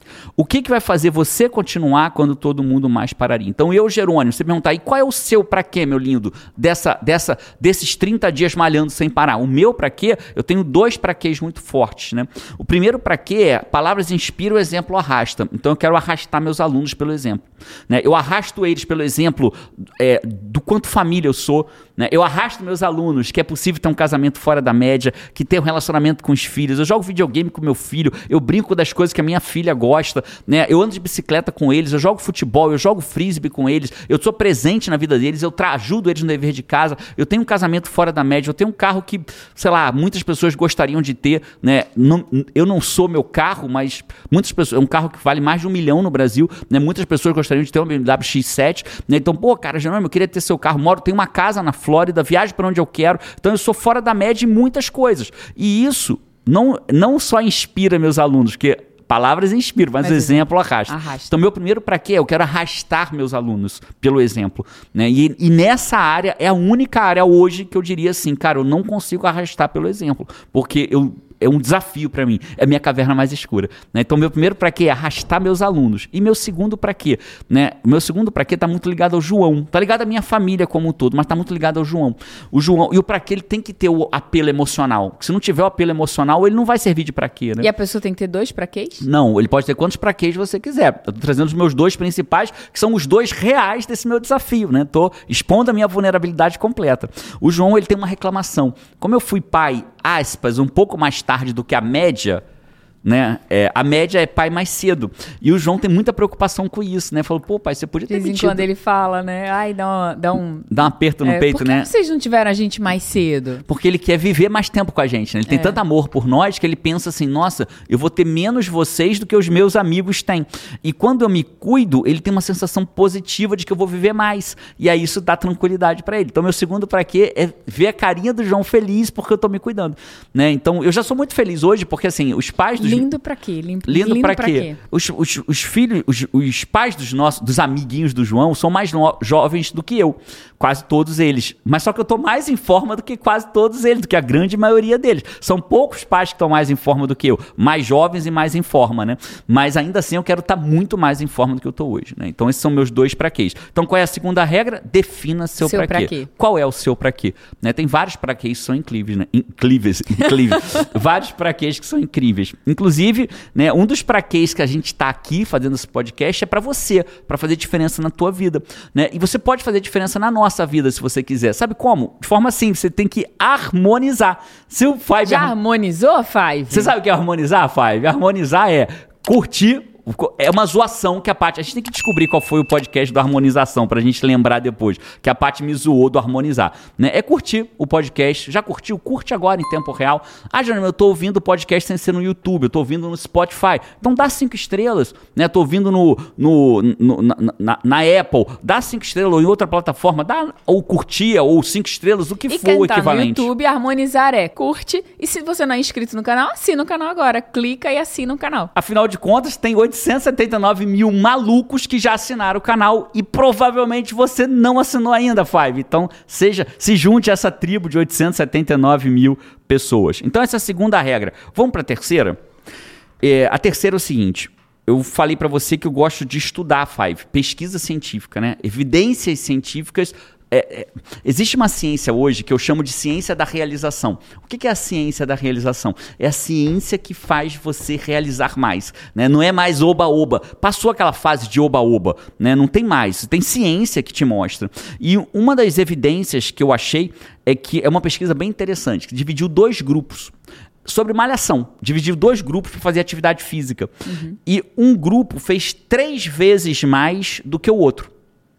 Speaker 1: O que, que vai fazer você continuar quando todo mundo mais pararia? Então eu, Jerônimo, você perguntar, e qual é o seu pra quê, meu lindo, dessa, dessa, desses trinta dias malhando sem parar? O meu pra quê? Eu tenho dois pra quês muito fortes, né? O primeiro pra quê é, palavras inspiram, o exemplo arrasta. Então eu quero arrastar meus alunos pelo exemplo, né? Eu arrasto eles pelo exemplo é, do quanto família eu sou, né? Eu arrasto meus alunos que é possível ter um casamento fora da média, que ter um relacionamento com os filhos. Eu jogo videogame com meu filho, eu brinco das coisas que a minha filha gosta, né? Eu ando de bicicleta com eles, eu jogo futebol, eu jogo frisbee com eles, eu sou presente na vida deles, eu tra- ajudo eles no dever de casa, eu tenho um casamento fora da média, eu tenho um carro que, sei lá, muitas pessoas gostariam de ter, né? Não, eu não sou meu carro, mas muitas pessoas, é um carro que vale mais de um milhão no Brasil, né? Muitas pessoas gostariam de ter um B M W X sete, né? Então, pô, cara, Jerônimo, eu queria ter seu carro, moro, tenho uma casa na Flórida, viajo para onde eu quero, então eu sou fora da média em muitas coisas. E isso não, não só inspira meus alunos, porque palavras inspiram, mas, mas o exemplo arrasta. arrasta. Então, meu primeiro para quê? Eu quero arrastar meus alunos pelo exemplo, né? E, e nessa área, é a única área hoje que eu diria assim, cara, eu não consigo arrastar pelo exemplo, porque eu... é um desafio para mim, é a minha caverna mais escura, né? Então, meu primeiro para quê é arrastar meus alunos. E meu segundo para quê? Né? O meu segundo para quê está muito ligado ao João, está ligado à minha família como um todo, mas está muito ligado ao João. O João, e o para quê, ele tem que ter o apelo emocional. Se não tiver o apelo emocional, ele não vai servir de para quê, né?
Speaker 2: E a pessoa tem que ter dois para quês?
Speaker 1: Não, ele pode ter quantos para quês você quiser. Eu tô trazendo os meus dois principais, que são os dois reais desse meu desafio, né? Tô expondo a minha vulnerabilidade completa. O João, ele tem uma reclamação. Como eu fui pai, aspas, um pouco mais tarde do que a média, né? É, a média é pai mais cedo. E o João tem muita preocupação com isso, né? Falou, pô, pai, você podia ter
Speaker 2: mentido. De vez em quando ele fala, né? Ai, dá um... Dá um,
Speaker 1: dá um aperto no
Speaker 2: é,
Speaker 1: peito,
Speaker 2: por que
Speaker 1: né?
Speaker 2: Por que vocês não tiveram a gente mais cedo?
Speaker 1: Porque ele quer viver mais tempo com a gente, né? Ele tem é. tanto amor por nós que ele pensa assim, nossa, eu vou ter menos vocês do que os meus amigos têm. E quando eu me cuido, ele tem uma sensação positiva de que eu vou viver mais. E aí isso dá tranquilidade pra ele. Então, meu segundo pra quê é ver a carinha do João feliz porque eu tô me cuidando, né? Então, eu já sou muito feliz hoje porque, assim, os pais dos...
Speaker 2: Lindo pra quê?
Speaker 1: Lindo, Lindo pra, pra quê? quê? Os, os, os filhos, os, os pais dos nossos, dos amiguinhos do João são mais no, jovens do que eu. Quase todos eles. Mas só que eu tô mais em forma do que quase todos eles, do que a grande maioria deles. São poucos pais que estão mais em forma do que eu. Mais jovens e mais em forma, né? Mas ainda assim eu quero estar tá muito mais em forma do que eu tô hoje, né? Então esses são meus dois pra quês. Então qual é a segunda regra? Defina seu, seu pra, pra quê. quê. Qual é o seu pra quê? Né? Tem vários pra quês que são incríveis, né? Incríveis, incríveis. Vários pra quês que são incríveis. Inclusive, né, um dos pra quês que a gente tá aqui fazendo esse podcast é pra você, pra fazer diferença na tua vida, né? E você pode fazer diferença na nossa vida se você quiser. Sabe como? De forma simples, você tem que harmonizar. Se o Five
Speaker 2: Já har... harmonizou, Five?
Speaker 1: Você sabe o que é harmonizar, Five? Harmonizar é curtir. É uma zoação que a Paty... A gente tem que descobrir qual foi o podcast do Harmonização pra gente lembrar depois. Que a Paty me zoou do Harmonizar. Né? É curtir o podcast. Já curtiu? Curte agora em tempo real. Ah, Jerônimo, eu tô ouvindo o podcast sem ser no YouTube. Eu tô ouvindo no Spotify. Então dá cinco estrelas. Né? Tô ouvindo no, no, no, na, na, na Apple. Dá cinco estrelas ou em outra plataforma. Dá ou curtia ou cinco estrelas, o que
Speaker 2: e
Speaker 1: for o equivalente.
Speaker 2: No YouTube, harmonizar é curte. E se você não é inscrito no canal, assina o canal agora. Clica e assina o canal.
Speaker 1: Afinal de contas, tem oitocentos e setenta e nove mil malucos que já assinaram o canal e provavelmente você não assinou ainda, Five. Então, seja, se junte a essa tribo de oitocentos e setenta e nove mil pessoas. Então, essa é a segunda regra. Vamos para a terceira? É, a terceira é o seguinte. Eu falei para você que eu gosto de estudar, Five. Pesquisa científica, né? Evidências científicas. É, é, existe uma ciência hoje que eu chamo de ciência da realização. O que, que é a ciência da realização? É a ciência que faz você realizar mais, né? Não é mais oba-oba. Passou aquela fase de oba-oba, né? Não tem mais. Tem ciência que te mostra. E uma das evidências que eu achei é que é uma pesquisa bem interessante, que dividiu dois grupos sobre malhação. Dividiu dois grupos para fazer atividade física. Uhum. E um grupo fez três vezes mais do que o outro.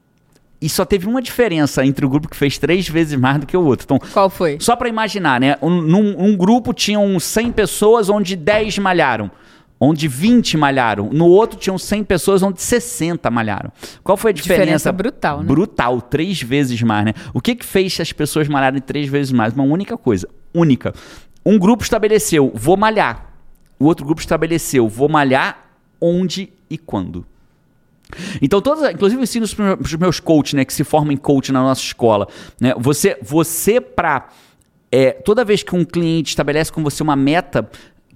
Speaker 1: E só teve uma diferença entre o grupo que fez três vezes mais do que o outro. Então,
Speaker 2: qual foi?
Speaker 1: Só para imaginar, né? Um, num, um grupo tinham cem pessoas, onde dez malharam. Onde vinte malharam. No outro tinham cem pessoas, onde sessenta malharam. Qual foi a diferença?
Speaker 2: Diferença brutal, né?
Speaker 1: Brutal, três vezes mais, né? O que que fez as pessoas malharem três vezes mais? Uma única coisa, única. Um grupo estabeleceu, vou malhar. O outro grupo estabeleceu, vou malhar onde e quando. Então, todas, inclusive eu ensino para os meus coaches, né, que se formam em coach na nossa escola, né, você, você para, é, toda vez que um cliente estabelece com você uma meta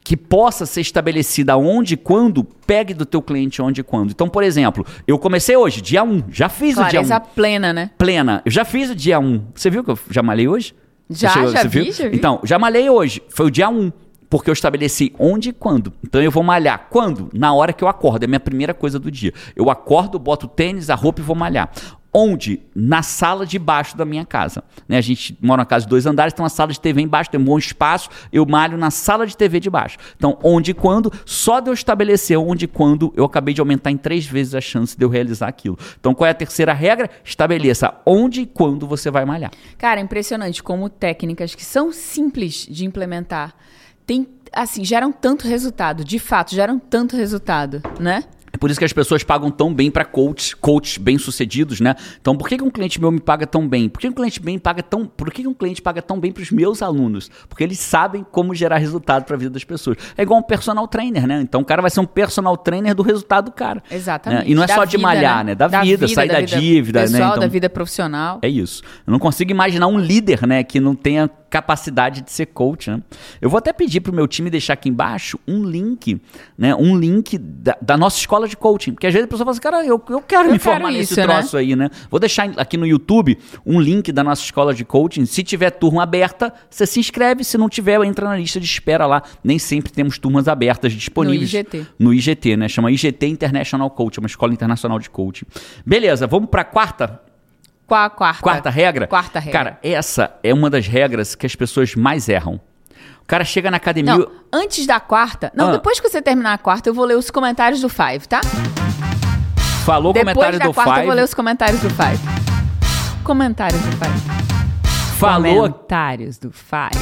Speaker 1: que possa ser estabelecida onde e quando, pegue do teu cliente onde e quando. Então, por exemplo, eu comecei hoje, dia um, já fiz
Speaker 2: Clareza
Speaker 1: o dia um.
Speaker 2: plena, né?
Speaker 1: Plena. Eu já fiz o dia um. Você viu que eu já malhei hoje?
Speaker 2: Já,
Speaker 1: chegou,
Speaker 2: já
Speaker 1: você
Speaker 2: vi,
Speaker 1: viu?
Speaker 2: já vi.
Speaker 1: Então, já malhei hoje. Foi o dia um. Porque eu estabeleci onde e quando. Então eu vou malhar. Quando? Na hora que eu acordo. É a minha primeira coisa do dia. Eu acordo, boto o tênis, a roupa e vou malhar. Onde? Na sala de baixo da minha casa. Né? A gente mora numa casa de dois andares, tem uma sala de T V embaixo, tem um bom espaço, eu malho na sala de T V de baixo. Então, onde e quando, só de eu estabelecer onde e quando, eu acabei de aumentar em três vezes a chance de eu realizar aquilo. Então, qual é a terceira regra? Estabeleça onde e quando você vai malhar.
Speaker 2: Cara, é impressionante como técnicas que são simples de implementar, tem, assim, geram tanto resultado, de fato, geram tanto resultado, né?
Speaker 1: É por isso que as pessoas pagam tão bem para coaches, coaches bem-sucedidos, né? Então, por que, que um cliente meu me paga tão bem? Por que um cliente bem paga tão, por que, que um cliente paga tão bem para os meus alunos? Porque eles sabem como gerar resultado para a vida das pessoas. É igual um personal trainer, né? Então, o cara vai ser um personal trainer do resultado do cara.
Speaker 2: Exatamente.
Speaker 1: Né? E não é
Speaker 2: da
Speaker 1: só de
Speaker 2: vida,
Speaker 1: malhar, né?
Speaker 2: né?
Speaker 1: Da,
Speaker 2: da
Speaker 1: vida,
Speaker 2: vida,
Speaker 1: sair da,
Speaker 2: da
Speaker 1: da
Speaker 2: vida
Speaker 1: dívida,
Speaker 2: pessoal,
Speaker 1: né? Então,
Speaker 2: da vida profissional.
Speaker 1: É isso. Eu não consigo imaginar um líder, né, que não tenha capacidade de ser coach, né? Eu vou até pedir pro meu time deixar aqui embaixo um link, né? Um link da, da nossa escola de coaching. Porque às vezes a pessoa fala assim, cara, eu, eu quero
Speaker 2: Eu
Speaker 1: me
Speaker 2: quero
Speaker 1: formar
Speaker 2: isso,
Speaker 1: nesse troço
Speaker 2: né?
Speaker 1: aí, né? Vou deixar aqui no YouTube um link da nossa escola de coaching. Se tiver turma aberta, você se inscreve. Se não tiver, entra na lista de espera lá. Nem sempre temos turmas abertas disponíveis.
Speaker 2: No I G T.
Speaker 1: No I G T, né? Chama I G T International Coach, é uma escola internacional de coaching. Beleza, vamos pra quarta?
Speaker 2: Qual a quarta?
Speaker 1: Quarta regra?
Speaker 2: Quarta regra.
Speaker 1: Cara, essa é uma das regras que as pessoas mais erram. O cara chega na academia...
Speaker 2: Não, antes da quarta... Não,
Speaker 1: Ah.
Speaker 2: depois que você terminar a quarta, eu vou ler os comentários do Five, tá?
Speaker 1: Falou o
Speaker 2: Depois
Speaker 1: comentário
Speaker 2: da
Speaker 1: do
Speaker 2: quarta, eu vou ler
Speaker 1: Five.
Speaker 2: os comentários do Five. Comentários do Five.
Speaker 1: Falou...
Speaker 2: Comentários do Five.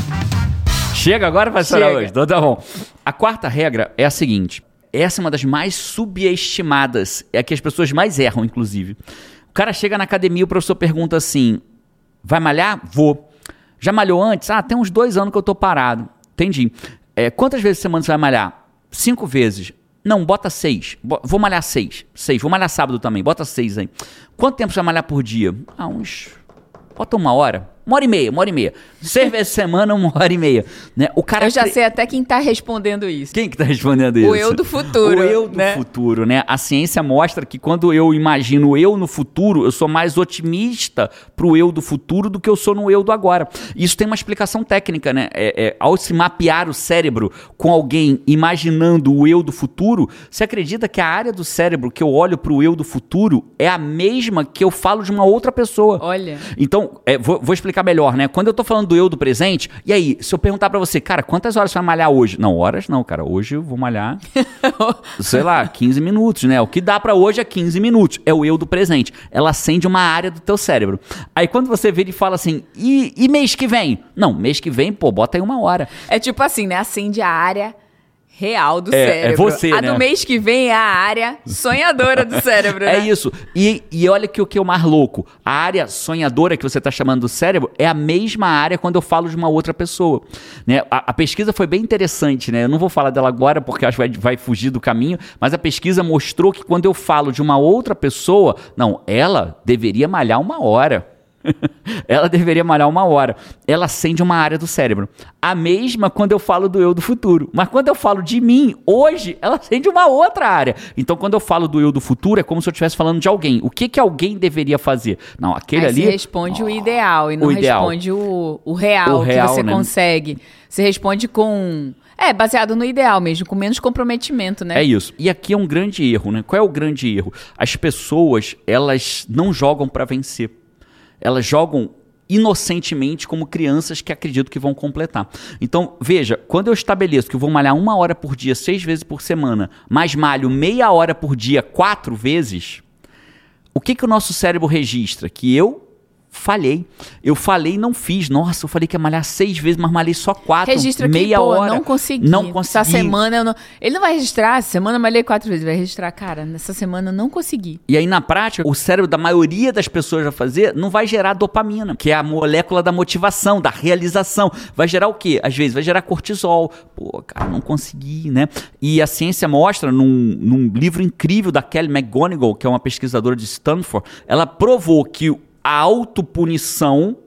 Speaker 1: Chega agora vai ser
Speaker 2: Chega.
Speaker 1: hoje. Então tá bom. A quarta regra é a seguinte. Essa é uma das mais subestimadas. É a que as pessoas mais erram, inclusive. O cara chega na academia e o professor pergunta assim, vai malhar? Vou. Já malhou antes? Ah, tem uns dois anos que eu tô parado. Entendi. É, quantas vezes por semana você vai malhar? Cinco vezes. Não, bota seis. Bo- vou malhar seis. Seis. Vou malhar sábado também. Bota seis aí. Quanto tempo você vai malhar por dia? Ah, uns... Bota uma hora. Uma hora e meia, uma hora e meia. Seis vezes por semana, uma hora e meia. Né? O cara
Speaker 2: Eu já
Speaker 1: cri-
Speaker 2: sei até quem tá respondendo isso.
Speaker 1: Quem que tá respondendo isso?
Speaker 2: O eu do futuro,
Speaker 1: O eu do
Speaker 2: né?
Speaker 1: futuro, né? A ciência mostra que quando eu imagino o eu no futuro, eu sou mais otimista pro eu do futuro do que eu sou no eu do agora. Isso tem uma explicação técnica, né? É, é, ao se mapear o cérebro com alguém imaginando o eu do futuro, você acredita que a área do cérebro que eu olho pro eu do futuro é a mesma que eu falo de uma outra pessoa?
Speaker 2: Olha.
Speaker 1: Então, é, vou, vou explicar melhor, né? Quando eu tô falando do eu do presente, e aí, se eu perguntar pra você, cara, quantas horas você vai malhar hoje? Não, horas não, cara. Hoje eu vou malhar, sei lá, quinze minutos, né? O que dá pra hoje é quinze minutos. É o eu do presente. Ela acende uma área do teu cérebro. Aí quando você vê ele fala assim, e, e mês que vem? Não, mês que vem, pô, bota aí uma hora.
Speaker 2: É tipo assim, né? Acende a área real do
Speaker 1: É,
Speaker 2: cérebro.
Speaker 1: é você,
Speaker 2: a
Speaker 1: né?
Speaker 2: do mês que vem é a área sonhadora do cérebro, né?
Speaker 1: É isso. E, e olha que o que é o mais louco. A área sonhadora que você está chamando do cérebro é a mesma área quando eu falo de uma outra pessoa. Né? A, a pesquisa foi bem interessante, né? Eu não vou falar dela agora porque acho que vai, vai fugir do caminho, mas a pesquisa mostrou que quando eu falo de uma outra pessoa, não, ela deveria malhar uma hora. Ela deveria malhar uma hora. Ela acende uma área do cérebro. A mesma quando eu falo do eu do futuro. Mas quando eu falo de mim, hoje, ela acende uma outra área. Então, quando eu falo do eu do futuro, é como se eu estivesse falando de alguém. O que, que alguém deveria fazer? Não, aquele
Speaker 2: Aí
Speaker 1: ali...
Speaker 2: você responde o ideal e não
Speaker 1: o ideal.
Speaker 2: responde o, o real
Speaker 1: O real,
Speaker 2: que você
Speaker 1: né?
Speaker 2: consegue. Você responde com... É, baseado no ideal mesmo, com menos comprometimento, né?
Speaker 1: É isso. E aqui é um grande erro, né? Qual é o grande erro? As pessoas, elas não jogam para vencer. Elas jogam inocentemente como crianças que acreditam que vão completar. Então, veja, quando eu estabeleço que eu vou malhar uma hora por dia, seis vezes por semana, mas malho meia hora por dia, quatro vezes, o que, que o nosso cérebro registra? Que eu falhei. Eu falei e não fiz. Nossa, eu falei que ia malhar seis vezes, mas malhei só quatro.
Speaker 2: Registra que,
Speaker 1: meia
Speaker 2: pô,
Speaker 1: hora.
Speaker 2: não consegui.
Speaker 1: Não consegui.
Speaker 2: Essa semana eu não... Ele não vai registrar, essa semana eu malhei quatro vezes. Vai registrar, cara, nessa semana eu não consegui.
Speaker 1: E aí, na prática, o cérebro da maioria das pessoas vai fazer, não vai gerar dopamina, que é a molécula da motivação, da realização. Vai gerar o quê? Às vezes vai gerar cortisol. Pô, cara, não consegui, né? E a ciência mostra, num, num livro incrível da Kelly McGonigal, que é uma pesquisadora de Stanford, ela provou que a autopunição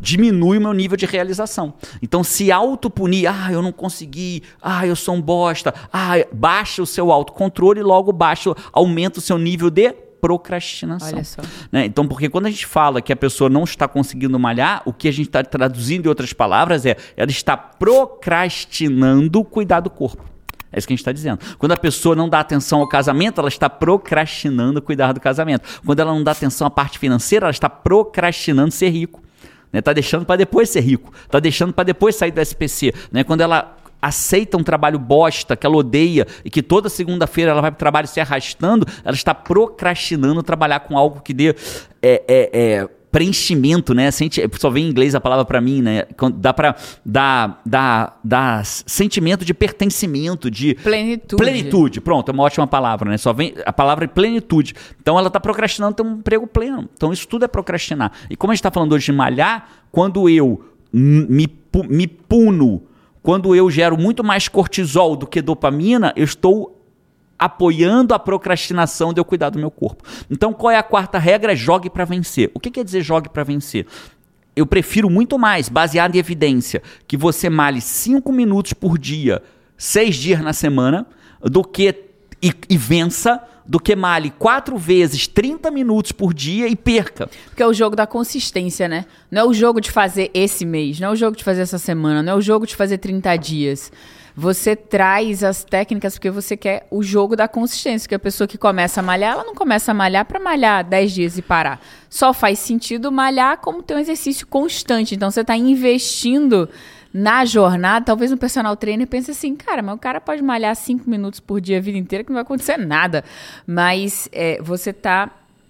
Speaker 1: diminui o meu nível de realização. Então, se autopunir, ah, eu não consegui, ah, eu sou um bosta, ah, baixa o seu autocontrole e logo baixa, aumenta o seu nível de procrastinação.
Speaker 2: Olha só.
Speaker 1: Né? Então, porque quando a gente fala que a pessoa não está conseguindo malhar, o que a gente está traduzindo em outras palavras é, ela está procrastinando cuidar do corpo. É isso que a gente está dizendo. Quando a pessoa não dá atenção ao casamento, ela está procrastinando cuidar do casamento. Quando ela não dá atenção à parte financeira, ela está procrastinando ser rico. Né? Tá deixando para depois ser rico. Tá deixando para depois sair do S P C. Né? Quando ela aceita um trabalho bosta, que ela odeia, e que toda segunda-feira ela vai para o trabalho se arrastando, ela está procrastinando trabalhar com algo que dê é, é, é, preenchimento, né? Sente, só vem em inglês a palavra para mim, né? Dá para dar, dar, dar sentimento de pertencimento, de
Speaker 2: plenitude.
Speaker 1: Plenitude, pronto, é uma ótima palavra, né? Só vem a palavra é plenitude. Então ela está procrastinando ter um emprego pleno. Então isso tudo é procrastinar. E como a gente está falando hoje de malhar, quando eu me, me puno, quando eu gero muito mais cortisol do que dopamina, eu estou apoiando a procrastinação de eu cuidar do meu corpo. Então, qual é a quarta regra? Jogue para vencer. O que quer dizer jogue para vencer? Eu prefiro muito mais, baseado em evidência, que você malhe cinco minutos por dia, seis dias na semana, do que e, e vença, do que malhe quatro vezes trinta minutos por dia e perca.
Speaker 2: Porque é o jogo da consistência, né? Não é o jogo de fazer esse mês, não é o jogo de fazer essa semana, não é o jogo de fazer trinta dias. Você traz as técnicas porque você quer o jogo da consistência, que a pessoa que começa a malhar, ela não começa a malhar para malhar dez dias e parar. Só faz sentido malhar como ter um exercício constante. Então, você está investindo na jornada. Talvez um personal trainer pense assim, cara, mas o cara pode malhar cinco minutos por dia a vida inteira que não vai acontecer nada. Mas é, você está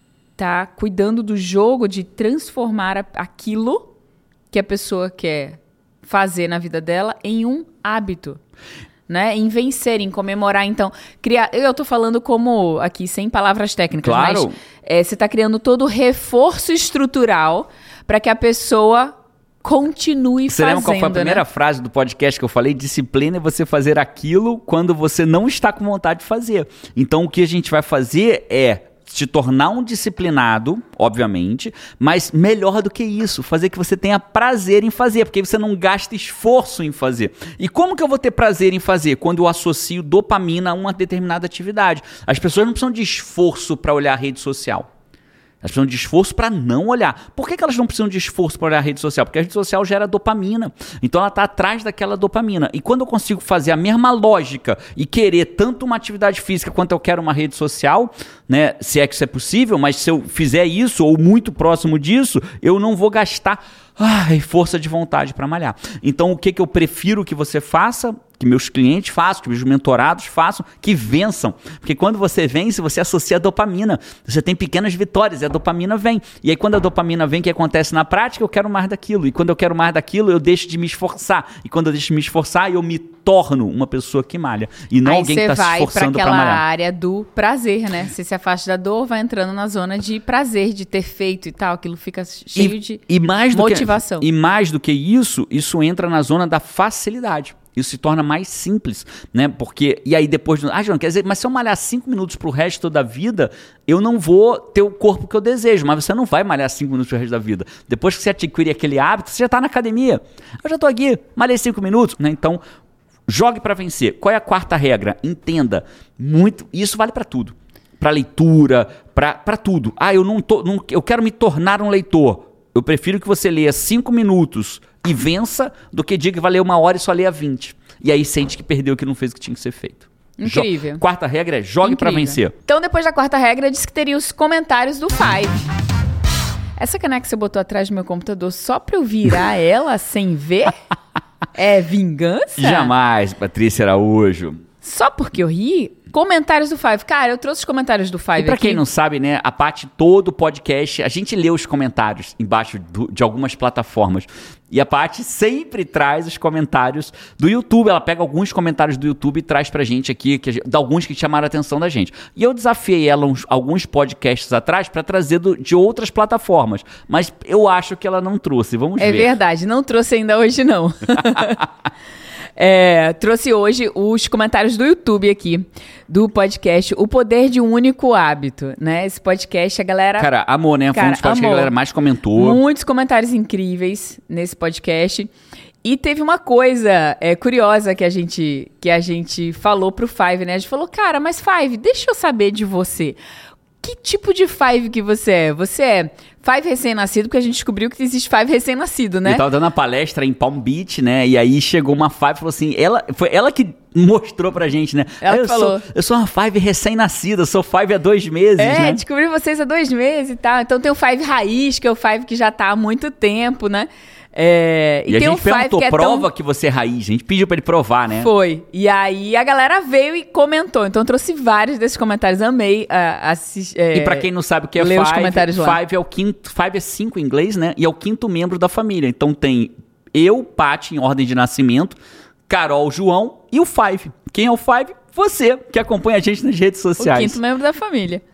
Speaker 2: tá cuidando do jogo de transformar a, aquilo que a pessoa quer fazer na vida dela em um hábito, né? Em vencer, em comemorar. Então, criar. Eu tô falando como aqui, sem palavras técnicas,
Speaker 1: claro.
Speaker 2: Mas é, você tá criando todo o reforço estrutural para que a pessoa continue
Speaker 1: você
Speaker 2: fazendo. Você
Speaker 1: lembra qual foi a primeira
Speaker 2: né?
Speaker 1: frase do podcast que eu falei? Disciplina é você fazer aquilo quando você não está com vontade de fazer. Então, o que a gente vai fazer é te tornar um disciplinado, obviamente, mas melhor do que isso, fazer que você tenha prazer em fazer, porque aí você não gasta esforço em fazer. E como que eu vou ter prazer em fazer? Quando eu associo dopamina a uma determinada atividade. As pessoas não precisam de esforço para olhar a rede social. Elas precisam de esforço para não olhar. Por que que elas não precisam de esforço para olhar a rede social? Porque a rede social gera dopamina. Então ela está atrás daquela dopamina. E quando eu consigo fazer a mesma lógica e querer tanto uma atividade física quanto eu quero uma rede social, né, se é que isso é possível, mas se eu fizer isso ou muito próximo disso, eu não vou gastar ai, força de vontade para malhar. Então o que que eu prefiro que você faça? Que meus clientes façam, que meus mentorados façam, que vençam. Porque quando você vence, você associa a dopamina. Você tem pequenas vitórias e a dopamina vem. E aí quando a dopamina vem, o que acontece na prática? Eu quero mais daquilo. E quando eu quero mais daquilo, eu deixo de me esforçar. E quando eu deixo de me esforçar, eu me torno uma pessoa que malha. E não
Speaker 2: aí
Speaker 1: alguém que está se esforçando para malhar.
Speaker 2: Aí você vai para aquela área do prazer, né? Você se afasta da dor, vai entrando na zona de prazer, de ter feito e tal. Aquilo fica cheio
Speaker 1: e,
Speaker 2: de
Speaker 1: e mais do
Speaker 2: motivação.
Speaker 1: Que, e mais do que isso, isso entra na zona da facilidade. Isso se torna mais simples, né? Porque, e aí depois, ah, João, quer dizer, mas se eu malhar cinco minutos pro resto da vida, eu não vou ter o corpo que eu desejo, mas você não vai malhar cinco minutos pro resto da vida. Depois que você adquire aquele hábito, você já tá na academia. Eu já tô aqui, malhei cinco minutos, né? Então, jogue para vencer. Qual é a quarta regra? Entenda, muito, isso vale para tudo. Para leitura, para tudo. Ah, eu não tô, não, eu quero me tornar um leitor. Eu prefiro que você leia cinco minutos e vença do que diga que vai ler uma hora e só leia vinte. E aí sente que perdeu, que não fez o que tinha que ser feito.
Speaker 2: Incrível.
Speaker 1: Jo- quarta regra é jogue para vencer.
Speaker 2: Então, depois da quarta regra, disse que teria os comentários do Five. Essa caneca que você botou atrás do meu computador só pra eu virar ela sem ver? É vingança?
Speaker 1: Jamais, Patrícia Araújo.
Speaker 2: Só porque eu ri? Comentários do Five. Cara, eu trouxe os comentários do Five
Speaker 1: E pra
Speaker 2: aqui.
Speaker 1: quem não sabe, né, a Paty, todo podcast, a gente lê os comentários embaixo do, de algumas plataformas. E a Paty sempre traz os comentários do YouTube. Ela pega alguns comentários do YouTube e traz pra gente aqui, que, de alguns que chamaram a atenção da gente. E eu desafiei ela uns, alguns podcasts atrás pra trazer do, de outras plataformas. Mas eu acho que ela não trouxe. Vamos
Speaker 2: É
Speaker 1: ver.
Speaker 2: verdade, não trouxe ainda hoje, não. É, trouxe hoje os comentários do YouTube aqui, do podcast O Poder de um Único Hábito, né? Esse podcast, a galera...
Speaker 1: Cara, amor, né? Foi
Speaker 2: Cara,
Speaker 1: um dos podcasts que a galera mais comentou.
Speaker 2: Muitos comentários incríveis nesse podcast. E teve uma coisa é, curiosa que a, gente, que a gente falou pro Five, né? A gente falou, cara, mas Five, deixa eu saber de você. Que tipo de Five que você é? Você é Five recém-nascido, porque a gente descobriu que existe Five recém-nascido, né?
Speaker 1: Eu tava dando uma palestra em Palm Beach, né? E aí chegou uma Five e falou assim, ela, foi ela que mostrou pra gente, né?
Speaker 2: Ela
Speaker 1: eu
Speaker 2: falou.
Speaker 1: Sou, eu sou uma Five recém-nascida, sou Five há dois meses,
Speaker 2: é,
Speaker 1: né?
Speaker 2: descobri vocês há dois meses e tal. Então tem o Five raiz, que é o Five que já tá há muito tempo, né? É,
Speaker 1: e,
Speaker 2: e
Speaker 1: a
Speaker 2: tem
Speaker 1: gente
Speaker 2: um Five
Speaker 1: perguntou,
Speaker 2: que é
Speaker 1: prova
Speaker 2: tão...
Speaker 1: que você é raiz. A gente pediu pra ele provar, né?
Speaker 2: Foi. E aí a galera veio e comentou. Então eu trouxe vários desses comentários. Amei uh, assistir. É,
Speaker 1: e pra quem não sabe o que é
Speaker 2: ler
Speaker 1: Five,
Speaker 2: os comentários lá.
Speaker 1: Five é o quinto, Five é cinco em inglês, né? E é o quinto membro da família. Então tem eu, Paty, em ordem de nascimento, Carol, João e o Five. Quem é o Five? Você, que acompanha a gente nas redes sociais.
Speaker 2: O quinto membro da família.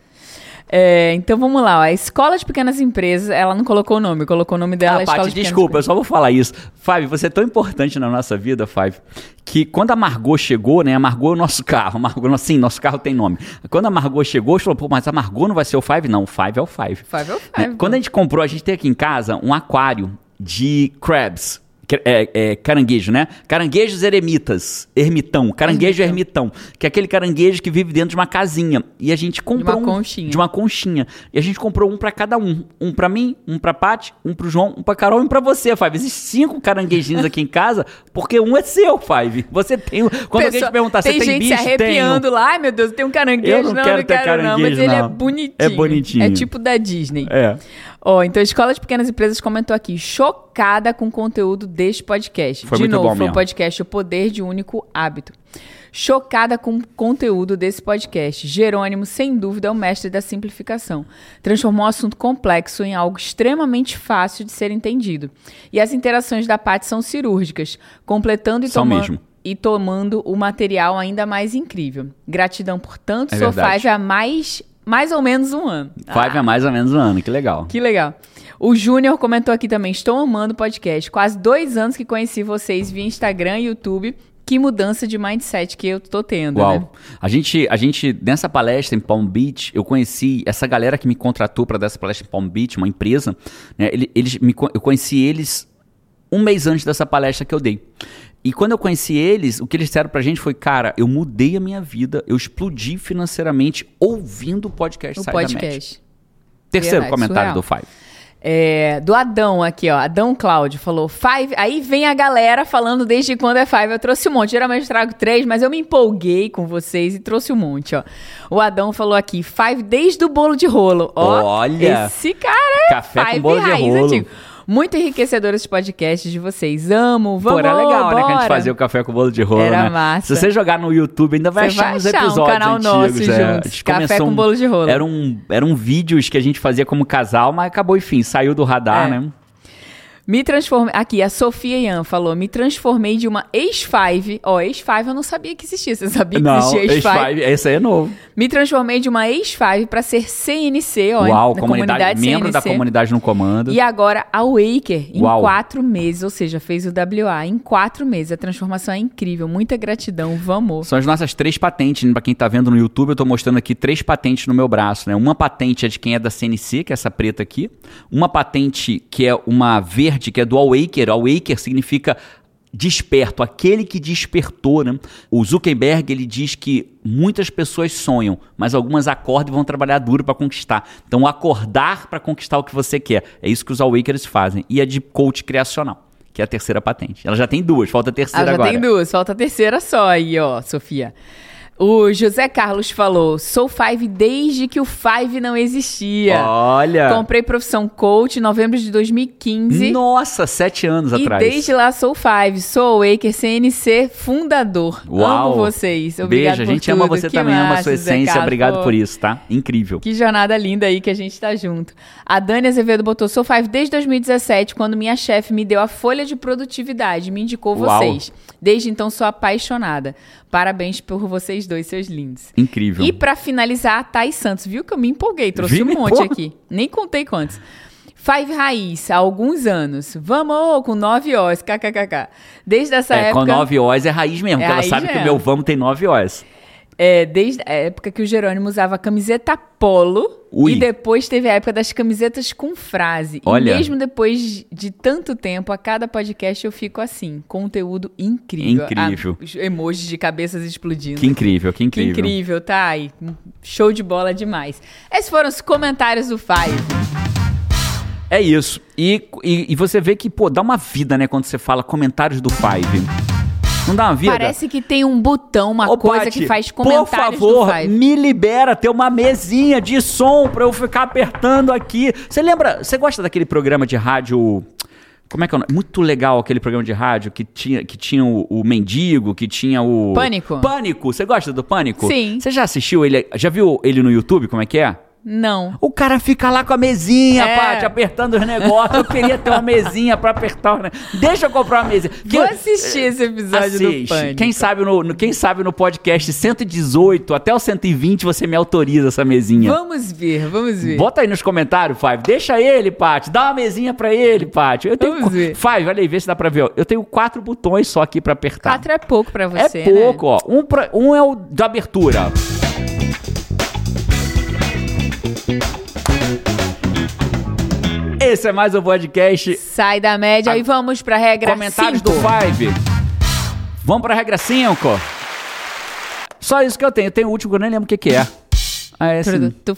Speaker 2: É, então vamos lá, ó. A Escola de Pequenas Empresas, ela não colocou o nome, colocou o nome dela.
Speaker 1: Ah,
Speaker 2: Escola
Speaker 1: Paty,
Speaker 2: de Pequenas
Speaker 1: desculpa, eu
Speaker 2: Empresas.
Speaker 1: só vou falar isso. Five, você é tão importante na nossa vida, Five, que quando a Margot chegou, né? A Margot é o nosso carro. A Margot, sim, nosso carro tem nome. Quando a Margot chegou, a gente falou, pô, mas a Margot não vai ser o Five? Não, o Five é o Five.
Speaker 2: Five é o Five.
Speaker 1: Né? Quando a gente comprou, a gente tem aqui em casa um aquário de crabs. É, é, caranguejo, né? Caranguejos eremitas, ermitão, caranguejo ermitão. ermitão, que é aquele caranguejo que vive dentro de uma casinha. E a gente comprou
Speaker 2: de uma
Speaker 1: um,
Speaker 2: conchinha.
Speaker 1: de uma conchinha. E a gente comprou um pra cada um. Um pra mim, um pra Paty, um pro João, um pra Carol e um pra você, Five. Existem cinco caranguejinhos aqui em casa, porque um é seu, Five. Você tem... Quando
Speaker 2: Pessoa,
Speaker 1: alguém te perguntar, você tem
Speaker 2: gente
Speaker 1: bicho?
Speaker 2: se arrepiando
Speaker 1: Tenho.
Speaker 2: lá. Ai, meu Deus, tem um caranguejo.
Speaker 1: Eu não
Speaker 2: não,
Speaker 1: quero
Speaker 2: não
Speaker 1: ter
Speaker 2: quero
Speaker 1: caranguejo,
Speaker 2: não. Mas ele é
Speaker 1: não.
Speaker 2: bonitinho.
Speaker 1: É bonitinho.
Speaker 2: É tipo da Disney.
Speaker 1: É.
Speaker 2: Ó, então a Escola de Pequenas Empresas comentou aqui, chocada com o conteúdo deste podcast.
Speaker 1: Foi
Speaker 2: de
Speaker 1: muito
Speaker 2: novo,
Speaker 1: bom
Speaker 2: foi
Speaker 1: mesmo.
Speaker 2: o podcast O Poder de um Único Hábito. Chocada com o conteúdo desse podcast. Jerônimo, sem dúvida, é o mestre da simplificação. Transformou um assunto complexo em algo extremamente fácil de ser entendido. E as interações da Paty são cirúrgicas, completando e
Speaker 1: São
Speaker 2: tomando...
Speaker 1: mesmo.
Speaker 2: E tomando o material ainda mais incrível. Gratidão por tanto,
Speaker 1: É
Speaker 2: sou
Speaker 1: verdade.
Speaker 2: Five há mais, mais ou menos um ano.
Speaker 1: Five é mais ou menos um ano, que legal.
Speaker 2: Que legal. O Júnior comentou aqui também, estou amando o podcast. Quase dois anos que conheci vocês via Instagram e YouTube. Que mudança de mindset que eu tô tendo,
Speaker 1: Uau.
Speaker 2: né?
Speaker 1: A gente, a gente, nessa palestra em Palm Beach, eu conheci essa galera que me contratou para dar essa palestra em Palm Beach, uma empresa, né? Eles me, eu conheci eles um mês antes dessa palestra que eu dei. E quando eu conheci eles, o que eles disseram pra gente foi, cara, eu mudei a minha vida, eu explodi financeiramente ouvindo o podcast
Speaker 2: O
Speaker 1: Sai da Média.
Speaker 2: podcast.
Speaker 1: Terceiro
Speaker 2: Verdade,
Speaker 1: comentário
Speaker 2: surreal.
Speaker 1: do Five.
Speaker 2: É, do Adão aqui, ó. Adão Cláudio falou Five. Aí vem a galera falando desde quando é Five. Eu trouxe um monte. Geralmente eu trago três, mas eu me empolguei com vocês e trouxe um monte, ó. O Adão falou aqui Five desde o bolo de rolo. Ó,
Speaker 1: olha!
Speaker 2: Esse cara é
Speaker 1: Café
Speaker 2: Five
Speaker 1: com bolo de
Speaker 2: raiz
Speaker 1: rolo.
Speaker 2: antigo. Muito enriquecedor esse podcast de vocês. Amo, vamos,
Speaker 1: Pô, era legal,
Speaker 2: bora.
Speaker 1: né? Que a gente fazia o café com bolo de rolo,
Speaker 2: Era
Speaker 1: né?
Speaker 2: massa.
Speaker 1: Se você jogar no YouTube, ainda vai
Speaker 2: Você
Speaker 1: achar
Speaker 2: vai
Speaker 1: uns
Speaker 2: achar um
Speaker 1: episódios
Speaker 2: canal
Speaker 1: antigos.
Speaker 2: nosso
Speaker 1: é.
Speaker 2: juntos.
Speaker 1: A gente
Speaker 2: Café
Speaker 1: começou
Speaker 2: com
Speaker 1: um-
Speaker 2: bolo de rolo.
Speaker 1: Eram, eram vídeos que a gente fazia como casal, mas acabou, enfim, saiu do radar,
Speaker 2: É.
Speaker 1: né?
Speaker 2: Me transformei... Aqui, a Sofia Ian falou, me transformei de uma ex-Five... Ó, ex-Five eu não sabia que existia. Você sabia que
Speaker 1: Não,
Speaker 2: existia ex-Five?
Speaker 1: ex-Five, esse aí é novo.
Speaker 2: Me transformei de uma ex-Five para ser C N C, ó,
Speaker 1: Uau,
Speaker 2: na
Speaker 1: comunidade,
Speaker 2: comunidade
Speaker 1: membro da
Speaker 2: C N C.
Speaker 1: comunidade no comando.
Speaker 2: E agora a Waker, em
Speaker 1: Uau.
Speaker 2: quatro meses, ou seja, fez o W A em quatro meses. A transformação é incrível, muita gratidão, vamos.
Speaker 1: São as nossas três patentes, né? Pra quem tá vendo no YouTube, eu tô mostrando aqui três patentes no meu braço, né? Uma patente é de quem é da C N C, que é essa preta aqui. Uma patente que é uma verde, que é do Awaker. Awaker significa desperto, aquele que despertou, né? O Zuckerberg, ele diz que muitas pessoas sonham, mas algumas acordam e vão trabalhar duro para conquistar. Então, acordar para conquistar o que você quer. É isso que os Awakers fazem. E é de coach criacional, que é a terceira patente. Ela já tem duas, falta a terceira
Speaker 2: Ah, já
Speaker 1: agora.
Speaker 2: tem duas, falta a terceira só aí, ó, Sofia. O José Carlos falou, sou Five desde que o Five não existia.
Speaker 1: Olha!
Speaker 2: Comprei profissão coach em novembro de dois mil e quinze.
Speaker 1: Nossa, sete anos
Speaker 2: E
Speaker 1: atrás.
Speaker 2: desde lá sou Five, sou Waker C N C fundador.
Speaker 1: Uau.
Speaker 2: Amo vocês. Obrigado
Speaker 1: Beijo, a
Speaker 2: por
Speaker 1: gente ama
Speaker 2: tudo.
Speaker 1: você
Speaker 2: Que
Speaker 1: também, ama a
Speaker 2: massa,
Speaker 1: sua
Speaker 2: José
Speaker 1: essência.
Speaker 2: Carlos.
Speaker 1: Obrigado
Speaker 2: Pô,
Speaker 1: por isso, tá? Incrível.
Speaker 2: Que jornada linda aí que a gente tá junto. A Dani Azevedo botou, sou Five desde dois mil e dezessete, quando minha chefe me deu a folha de produtividade, me indicou
Speaker 1: Uau.
Speaker 2: vocês. Desde então sou apaixonada. Parabéns por vocês dois, seus lindos.
Speaker 1: Incrível.
Speaker 2: E pra finalizar, a Thay Santos. Viu que eu me empolguei, trouxe
Speaker 1: Vi,
Speaker 2: um
Speaker 1: me
Speaker 2: monte
Speaker 1: pô.
Speaker 2: aqui. Nem contei quantos. Five Raiz, há alguns anos. Vamos, com nove Os, kkkk. Desde essa
Speaker 1: é,
Speaker 2: época...
Speaker 1: com nove Os é raiz mesmo,
Speaker 2: é
Speaker 1: porque ela
Speaker 2: raiz
Speaker 1: sabe
Speaker 2: mesmo.
Speaker 1: que o meu vamos tem nove Os.
Speaker 2: É, desde a época que o Jerônimo usava camiseta polo.
Speaker 1: Ui.
Speaker 2: E depois teve a época das camisetas com frase.
Speaker 1: Olha.
Speaker 2: E mesmo depois de tanto tempo, a cada podcast eu fico assim. Conteúdo incrível.
Speaker 1: Incrível.
Speaker 2: Ah, os emojis de cabeças explodindo.
Speaker 1: Que incrível, que incrível.
Speaker 2: Que incrível, tá aí. Show de bola demais. Esses foram os comentários do Five.
Speaker 1: É isso. E, e, e você vê que, pô, dá uma vida, né, quando você fala comentários do Five. Não dá uma vida?
Speaker 2: Parece que tem um botão, uma
Speaker 1: Ô,
Speaker 2: coisa
Speaker 1: Paty,
Speaker 2: que faz comentários
Speaker 1: por favor,
Speaker 2: do Five.
Speaker 1: me libera, ter uma mesinha de som pra eu ficar apertando aqui. Você lembra, você gosta daquele programa de rádio... Como é que é o nome? Muito legal aquele programa de rádio que tinha, que tinha o, o Mendigo, que tinha o...
Speaker 2: Pânico?
Speaker 1: Pânico. Você gosta do Pânico?
Speaker 2: Sim.
Speaker 1: Você já assistiu ele? Já viu ele no YouTube, como é que é?
Speaker 2: Não.
Speaker 1: O cara fica lá com a mesinha,
Speaker 2: É.
Speaker 1: Paty, apertando os negócios. Eu queria ter uma mesinha pra apertar os negócios. Deixa eu comprar uma mesinha.
Speaker 2: Vou assistir esse episódio do
Speaker 1: Assiste.
Speaker 2: Pânico.
Speaker 1: Quem sabe, no, no- quem sabe no podcast cento e dezoito até o cento e vinte você me autoriza essa mesinha.
Speaker 2: Vamos ver, vamos ver.
Speaker 1: Bota aí nos comentários, Five. Deixa ele, Paty. Dá uma mesinha pra ele, Paty. Eu tenho
Speaker 2: Vamos ver.
Speaker 1: Five, olha aí, vê se dá pra ver. ó. Eu tenho quatro botões só aqui pra apertar.
Speaker 2: Quatro é pouco pra você,
Speaker 1: é pouco, ó. Um, pra- um é o da abertura. Esse é mais um podcast.
Speaker 2: né? Sai da média
Speaker 1: A-
Speaker 2: e vamos pra regra
Speaker 1: Comentários
Speaker 2: cinco.
Speaker 1: do Five. Vamos pra regra cinco. Só isso que eu tenho. Eu tenho o último que eu nem lembro o que, que é. Ah, é esse,
Speaker 2: Produto.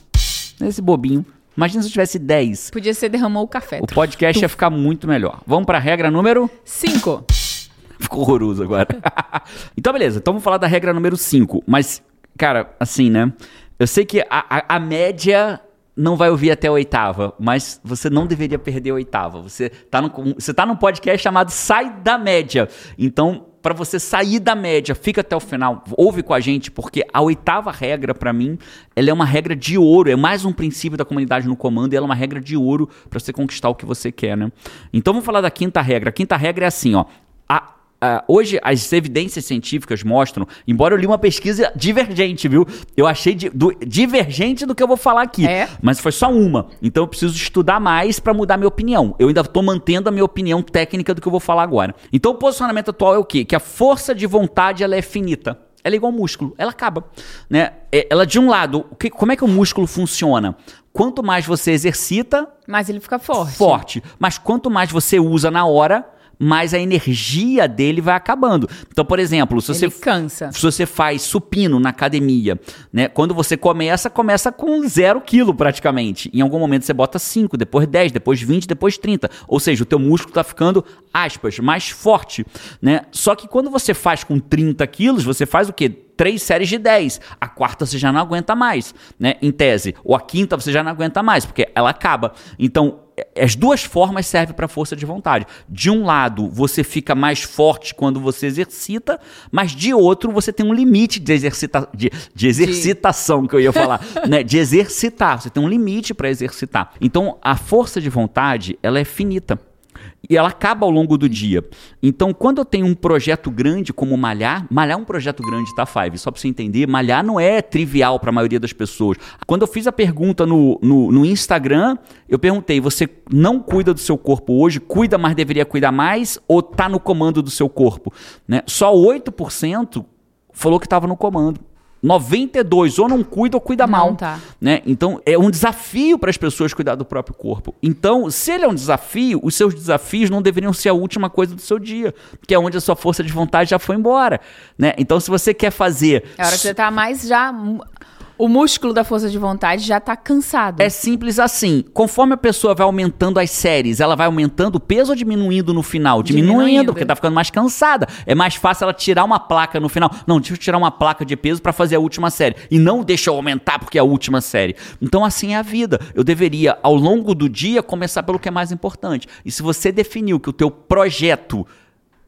Speaker 1: esse bobinho. Imagina se eu tivesse dez.
Speaker 2: Podia ser derramou o café.
Speaker 1: O podcast ia ficar muito melhor. Vamos pra regra número...
Speaker 2: Cinco.
Speaker 1: Ficou horroroso agora. Então, beleza. Então, vamos falar da regra número cinco. Mas, cara, assim, né? Eu sei que a, a, a média não vai ouvir até a oitava, mas você não deveria perder a oitava. Você tá, no, você tá num podcast chamado Sai da Média. Então, para você sair da média, fica até o final, ouve com a gente, porque a oitava regra, pra mim, ela é uma regra de ouro, é mais um princípio da comunidade no comando, e ela é uma regra de ouro pra você conquistar o que você quer, né? Então, vamos falar da quinta regra. A quinta regra é assim, ó. A Uh, hoje, as evidências científicas mostram, embora eu li uma pesquisa divergente, viu? Eu achei di- do- divergente do que eu vou falar aqui.
Speaker 2: É?
Speaker 1: Mas foi só uma. Então eu preciso estudar mais pra mudar minha opinião. Eu ainda tô mantendo a minha opinião técnica do que eu vou falar agora. Então o posicionamento atual é o quê? Que a força de vontade ela é finita. Ela é igual ao músculo, ela acaba, né? É, ela, de um lado, o que- como é que o músculo funciona? Quanto mais você exercita,
Speaker 2: Mas ele fica forte.
Speaker 1: forte. Mas quanto mais você usa na hora, mais a energia dele vai acabando. Então, por exemplo, se
Speaker 2: Ele
Speaker 1: você,
Speaker 2: cansa.
Speaker 1: se você faz supino na academia, né? Quando você começa, começa com zero quilo praticamente. Em algum momento você bota cinco, depois dez, depois vinte, depois trinta. Ou seja, o teu músculo está ficando, aspas, mais forte, né? Só que quando você faz com trinta quilos, você faz o quê? Três séries de dez. A quarta você já não aguenta mais, né? Em tese. Ou a quinta você já não aguenta mais, porque ela acaba. Então, as duas formas servem para força de vontade. De um lado, você fica mais forte quando você exercita, mas de outro, você tem um limite de, exercita de, de exercitação, que eu ia falar, né? De exercitar. Você tem um limite para exercitar. Então, a força de vontade, ela é finita. E ela acaba ao longo do dia. Então, quando eu tenho um projeto grande como malhar, malhar é um projeto grande, tá, Five? Só pra você entender, malhar não é trivial pra maioria das pessoas. Quando eu fiz a pergunta no, no, no Instagram, eu perguntei, você não cuida do seu corpo hoje? Cuida, mas deveria cuidar mais? Ou tá no comando do seu corpo? Né? Só oito por cento falou que estava no comando. noventa e dois por cento ou não cuida ou cuida
Speaker 2: Não
Speaker 1: mal.
Speaker 2: tá.
Speaker 1: Né? Então, é um desafio para as pessoas cuidar do próprio corpo. Então, se ele é um desafio, os seus desafios não deveriam ser a última coisa do seu dia, que é onde a sua força de vontade já foi embora. Né? Então, se você quer fazer...
Speaker 2: É a hora que você tá mais já... O músculo da força de vontade já tá cansado.
Speaker 1: É simples assim. Conforme a pessoa vai aumentando as séries, ela vai aumentando o peso ou diminuindo no final? Diminuindo,
Speaker 2: Diminuindo.
Speaker 1: porque tá ficando mais cansada. É mais fácil ela tirar uma placa no final. Não, deixa eu tirar uma placa de peso pra fazer a última série. E não deixa eu aumentar porque é a última série. Então assim é a vida. Eu deveria, ao longo do dia, começar pelo que é mais importante. E se você definiu que o teu projeto é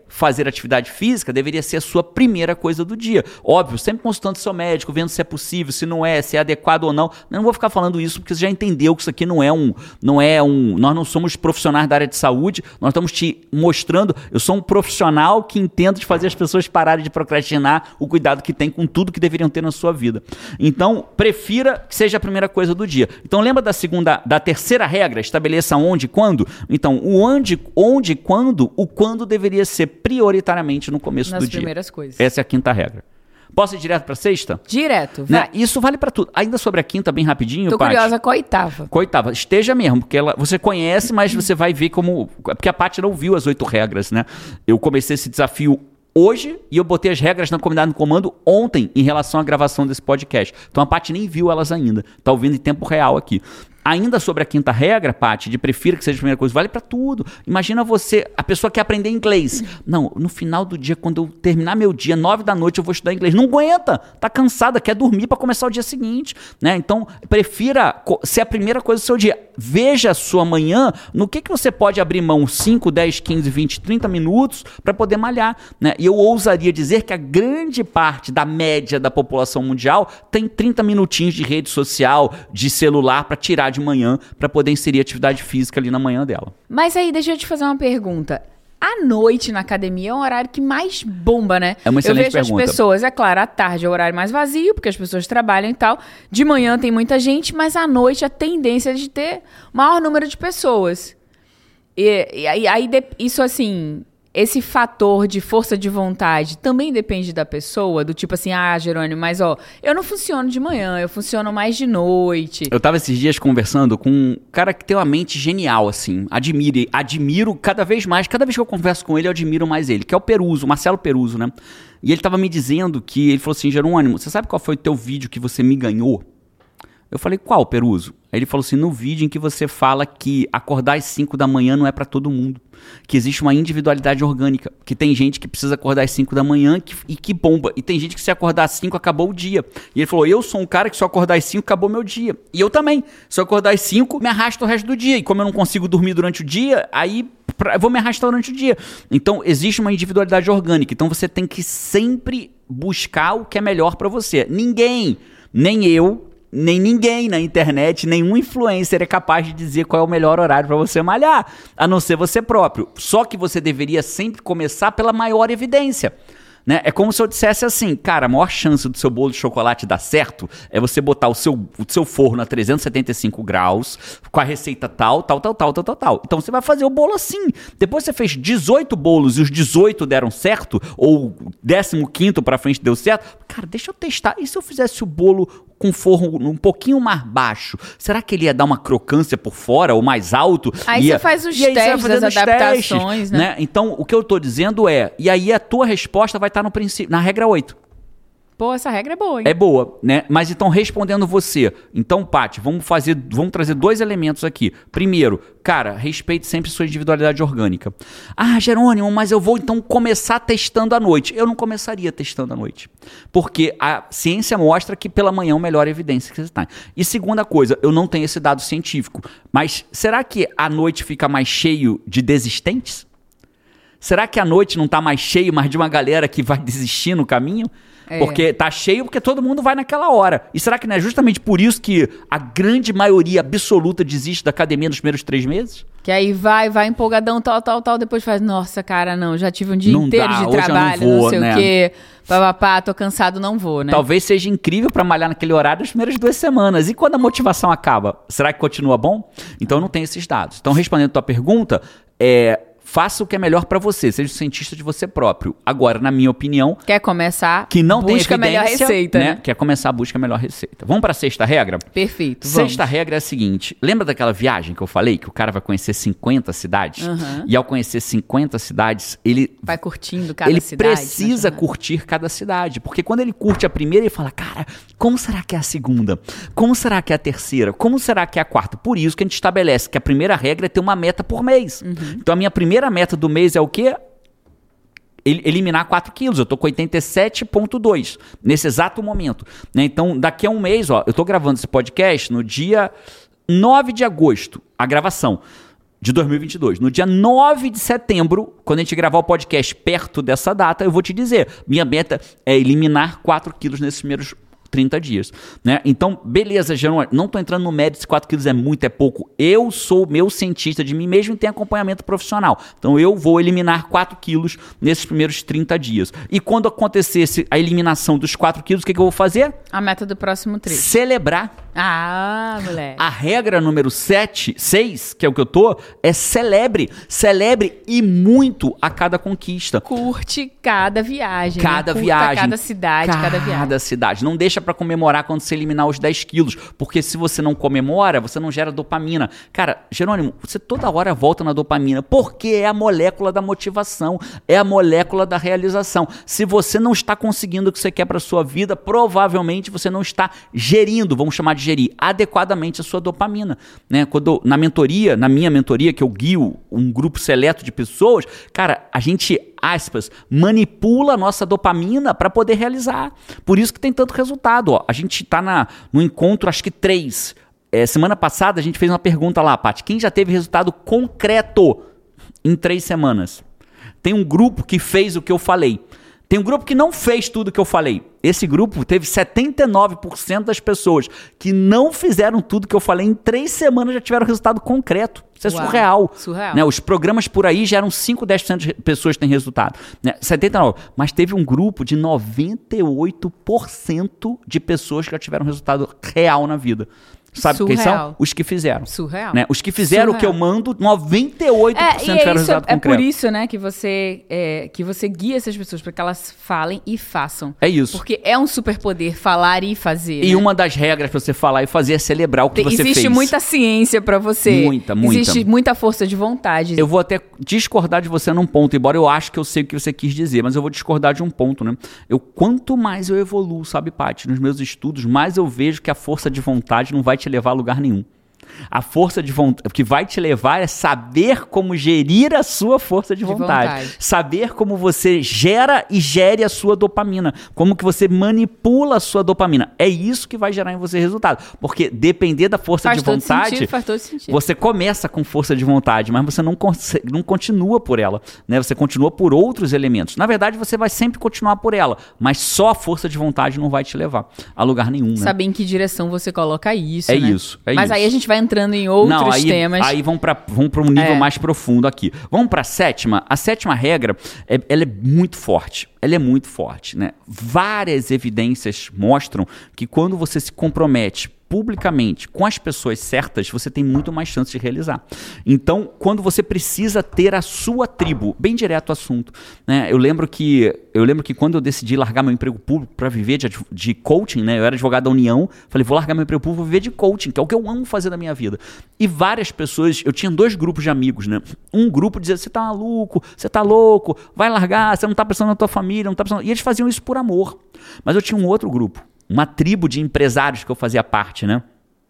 Speaker 1: fazer atividade física deveria ser a sua primeira coisa do dia. Óbvio, sempre consultando seu médico, vendo se é possível, se não é, se é adequado ou não. Eu não vou ficar falando isso porque você já entendeu que isso aqui não é um, não é um, nós não somos profissionais da área de saúde, nós estamos te mostrando, eu sou um profissional que entendo de fazer as pessoas pararem de procrastinar o cuidado que tem com tudo que deveriam ter na sua vida. Então, prefira que seja a primeira coisa do dia. Então, lembra da segunda, da terceira regra? Estabeleça onde e quando? Então, o onde, onde e quando, o quando deveria ser prioritariamente no começo
Speaker 2: Nas
Speaker 1: do dia.
Speaker 2: Nas primeiras coisas.
Speaker 1: Essa é a quinta regra. Posso ir direto para sexta?
Speaker 2: Direto,
Speaker 1: Né?
Speaker 2: vai.
Speaker 1: Isso vale para tudo. Ainda sobre a quinta, bem rapidinho,
Speaker 2: Tô
Speaker 1: Paty.
Speaker 2: curiosa com a oitava.
Speaker 1: Com a oitava. Esteja mesmo, porque ela, você conhece, mas você vai ver como... Porque a Paty não viu as oito regras, né? Eu comecei esse desafio hoje e eu botei as regras na comunidade no comando ontem em relação à gravação desse podcast. Então a Paty nem viu elas ainda. Tá ouvindo em tempo real aqui. Ainda sobre a quinta regra, Paty, de prefira que seja a primeira coisa, vale pra tudo. Imagina você, a pessoa quer aprender inglês. Não, no final do dia, quando eu terminar meu dia, nove da noite, eu vou estudar inglês. Não aguenta, tá cansada, quer dormir pra começar o dia seguinte, né? Então, prefira ser a primeira coisa do seu dia. Veja a sua manhã, no que, que você pode abrir mão cinco, dez, quinze, vinte, trinta minutos pra poder malhar, né? E eu ousaria dizer que a grande parte da média da população mundial tem trinta minutinhos de rede social, de celular pra tirar de de manhã para poder inserir atividade física ali na manhã dela.
Speaker 2: Mas aí, deixa eu te fazer uma pergunta. À noite na academia é um horário que mais bomba, né?
Speaker 1: É uma excelente
Speaker 2: pergunta. Eu vejo
Speaker 1: pergunta.
Speaker 2: as pessoas, é claro, à tarde é o horário mais vazio, porque as pessoas trabalham e tal. De manhã tem muita gente, mas à noite a tendência é de ter maior número de pessoas. E, e aí, aí de, isso assim... Esse fator de força de vontade também depende da pessoa, do tipo assim, ah, Jerônimo, mas ó, eu não funciono de manhã, eu funciono mais de noite.
Speaker 1: Eu tava esses dias conversando com um cara que tem uma mente genial, assim, admiro, admiro cada vez mais, cada vez que eu converso com ele, eu admiro mais ele, que é o Peruso, Marcelo Peruso, né? E ele tava me dizendo que, ele falou assim, Jerônimo, você sabe qual foi o teu vídeo que você me ganhou? Eu falei, qual, Peruso? Aí ele falou assim, no vídeo em que você fala que acordar às cinco da manhã não é pra todo mundo. Que existe uma individualidade orgânica. Que tem gente que precisa acordar às cinco da manhã que, e que bomba. E tem gente que se acordar às cinco acabou o dia. E ele falou, eu sou um cara que se eu acordar às cinco acabou meu dia. E eu também. Se eu acordar às cinco, me arrasto o resto do dia. E como eu não consigo dormir durante o dia, aí pra, eu vou me arrastar durante o dia. Então existe uma individualidade orgânica. Então você tem que sempre buscar o que é melhor pra você. Ninguém, nem eu... Nem ninguém na internet, nenhum influencer é capaz de dizer qual é o melhor horário para você malhar, a não ser você próprio. Só que você deveria sempre começar pela maior evidência. Né? É como se eu dissesse assim, cara, a maior chance do seu bolo de chocolate dar certo é você botar o seu, o seu forno a trezentos e setenta e cinco graus, com a receita tal, tal, tal, tal, tal, tal, tal. Então você vai fazer o bolo assim. Depois você fez dezoito bolos e os dezoito deram certo, ou décimo quinto pra frente deu certo. Cara, deixa eu testar. E se eu fizesse o bolo com forno um pouquinho mais baixo, será que ele ia dar uma crocância por fora ou mais alto?
Speaker 2: Aí
Speaker 1: ia...
Speaker 2: você faz os
Speaker 1: aí
Speaker 2: testes,
Speaker 1: você
Speaker 2: as adaptações,
Speaker 1: testes,
Speaker 2: né?
Speaker 1: né? Então, o que eu tô dizendo é, e aí a tua resposta vai estar no princípio, na regra oito.
Speaker 2: Pô, essa regra é boa, hein?
Speaker 1: É boa, né? Mas então, respondendo você. Então, Paty, vamos fazer, vamos trazer dois elementos aqui. Primeiro, cara, respeite sempre sua individualidade orgânica. Ah, Jerônimo, mas eu vou então começar testando à noite. Eu não começaria testando à noite. Porque a ciência mostra que pela manhã é a melhor evidência que você tem. E segunda coisa, eu não tenho esse dado científico. Mas será que à noite fica mais cheio de desistentes? Será que à noite não está mais cheio, mas de uma galera que vai desistir no caminho? É. Porque tá cheio porque todo mundo vai naquela hora. E será que não é justamente por isso que a grande maioria absoluta desiste da academia nos primeiros três meses?
Speaker 2: Que aí vai, vai empolgadão, tal, tal, tal, depois faz, nossa, cara, não, já tive um dia
Speaker 1: não
Speaker 2: inteiro
Speaker 1: dá,
Speaker 2: de
Speaker 1: hoje
Speaker 2: trabalho,
Speaker 1: eu não, vou,
Speaker 2: não sei
Speaker 1: né?
Speaker 2: o quê, papapá, tô cansado, não vou, né?
Speaker 1: Talvez seja incrível pra malhar naquele horário as primeiras duas semanas. E quando a motivação acaba, será que continua bom? Então eu não tenho esses dados. Então, respondendo a tua pergunta, é... faça o que é melhor pra você, seja o cientista de você próprio. Agora, na minha opinião...
Speaker 2: Quer começar?
Speaker 1: Que não
Speaker 2: busca
Speaker 1: tem evidência,
Speaker 2: a melhor receita,
Speaker 1: né?
Speaker 2: né?
Speaker 1: Quer começar, busca a melhor receita. Vamos pra sexta regra?
Speaker 2: Perfeito, vamos.
Speaker 1: Sexta regra é a seguinte. Lembra daquela viagem que eu falei? Que o cara vai conhecer cinquenta cidades?
Speaker 2: Uhum.
Speaker 1: E ao conhecer cinquenta cidades, ele...
Speaker 2: vai curtindo cada
Speaker 1: ele
Speaker 2: cidade.
Speaker 1: Ele precisa curtir cada cidade. Porque quando ele curte a primeira, ele fala, cara, como será que é a segunda? Como será que é a terceira? Como será que é a quarta? Por isso que a gente estabelece que a primeira regra é ter uma meta por mês. Uhum. Então a minha primeira meta do mês é o quê? Eliminar quatro quilos. Eu tô com oitenta e sete vírgula dois nesse exato momento. Né? Então, daqui a um mês, ó, eu tô gravando esse podcast no dia nove de agosto, a gravação. de dois mil e vinte e dois. No dia nove de setembro, quando a gente gravar o podcast perto dessa data, eu vou te dizer, minha meta é eliminar quatro quilos nesses primeiros trinta dias, né? Então, beleza, Jerônimo, não tô entrando no mérito se quatro quilos é muito, é pouco. Eu sou meu cientista de mim mesmo e tenho acompanhamento profissional. Então, eu vou eliminar quatro quilos nesses primeiros trinta dias. E quando acontecesse a eliminação dos quatro quilos, o que, que eu vou fazer?
Speaker 2: A meta do próximo trecho.
Speaker 1: Celebrar.
Speaker 2: Ah, moleque.
Speaker 1: A regra número sete, seis, que é o que eu tô, é celebre. Celebre e muito a cada conquista.
Speaker 2: Curte cada viagem.
Speaker 1: Cada
Speaker 2: né?
Speaker 1: viagem.
Speaker 2: cada cidade, cada, cada viagem.
Speaker 1: Cada cidade. Não deixa pra comemorar quando você eliminar os dez quilos. Porque se você não comemora, você não gera dopamina. Cara, Jerônimo, você toda hora volta na dopamina. Porque é a molécula da motivação. É a molécula da realização. Se você não está conseguindo o que você quer pra sua vida, provavelmente você não está gerindo, vamos chamar de gerir adequadamente a sua dopamina, né? Quando na mentoria, na minha mentoria, que eu guio um grupo seleto de pessoas, cara, a gente, aspas, manipula a nossa dopamina para poder realizar. Por isso que tem tanto resultado, ó. A gente tá na, no encontro, acho que três. É, semana passada a gente fez uma pergunta lá, Paty, quem já teve resultado concreto em três semanas? Tem um grupo que fez o que eu falei. Tem um grupo que não fez tudo que eu falei. Esse grupo teve setenta e nove por cento das pessoas que não fizeram tudo que eu falei em três semanas já tiveram resultado concreto. Isso é
Speaker 2: Uau,
Speaker 1: surreal.
Speaker 2: surreal.
Speaker 1: Né? Os programas por aí geram cinco, dez por cento de pessoas que têm resultado. Né? setenta e nove por cento. Mas teve um grupo de noventa e oito por cento de pessoas que já tiveram resultado real na vida. Sabe
Speaker 2: Surreal.
Speaker 1: quem são? Os que fizeram.
Speaker 2: Surreal.
Speaker 1: Né? Os que fizeram
Speaker 2: Surreal.
Speaker 1: o que eu mando, noventa e oito por cento
Speaker 2: É, e
Speaker 1: tiveram
Speaker 2: é, isso,
Speaker 1: resultado
Speaker 2: é
Speaker 1: concreto.
Speaker 2: por isso, né, que você, é, que você guia essas pessoas para que elas falem e façam.
Speaker 1: É isso.
Speaker 2: Porque é um superpoder falar e fazer.
Speaker 1: E
Speaker 2: né?
Speaker 1: uma das regras pra você falar e fazer é celebrar o que
Speaker 2: Tem-
Speaker 1: você
Speaker 2: Existe
Speaker 1: fez.
Speaker 2: muita ciência para você.
Speaker 1: Muita, muita.
Speaker 2: Existe muita força de vontade.
Speaker 1: Eu vou até discordar de você num ponto, embora eu acho que eu sei o que você quis dizer, mas eu vou discordar de um ponto, né? Eu, quanto mais eu evoluo, sabe, Paty, nos meus estudos, mais eu vejo que a força de vontade não vai te levar a lugar nenhum. A força de vontade, o que vai te levar é saber como gerir a sua força de,
Speaker 2: De
Speaker 1: vontade.
Speaker 2: vontade.
Speaker 1: Saber como você gera e gere a sua dopamina. Como que você manipula a sua dopamina. É isso que vai gerar em você resultado. Porque depender da força
Speaker 2: Faz
Speaker 1: de
Speaker 2: todo
Speaker 1: vontade,
Speaker 2: sentido, faz todo sentido.
Speaker 1: você começa com força de vontade, mas você não, consegue, não continua por ela. Né? Você continua por outros elementos. Na verdade, você vai sempre continuar por ela, mas só a força de vontade não vai te levar a lugar nenhum. Né?
Speaker 2: Saber em que direção você coloca isso,
Speaker 1: É
Speaker 2: né?
Speaker 1: isso, é
Speaker 2: Mas
Speaker 1: isso.
Speaker 2: aí a gente vai entrando em outros
Speaker 1: Não, aí,
Speaker 2: temas.
Speaker 1: aí vamos para vamos um nível
Speaker 2: É.
Speaker 1: mais profundo aqui. Vamos para a sétima. A sétima regra, é, ela é muito forte. Ela é muito forte, né? Várias evidências mostram que quando você se compromete publicamente com as pessoas certas, você tem muito mais chance de realizar. Então, quando você precisa ter a sua tribo, bem direto ao assunto, né? Eu lembro que eu lembro que quando eu decidi largar meu emprego público para viver de, de coaching, né? Eu era advogado da União, falei, vou largar meu emprego público, vou viver de coaching, que é o que eu amo fazer da minha vida. E várias pessoas, eu tinha dois grupos de amigos, né? Um grupo dizia, você tá maluco, você tá louco, vai largar, você não tá pensando na tua família, não tá pensando... E eles faziam isso por amor. Mas eu tinha um outro grupo, uma tribo de empresários que eu fazia parte, né?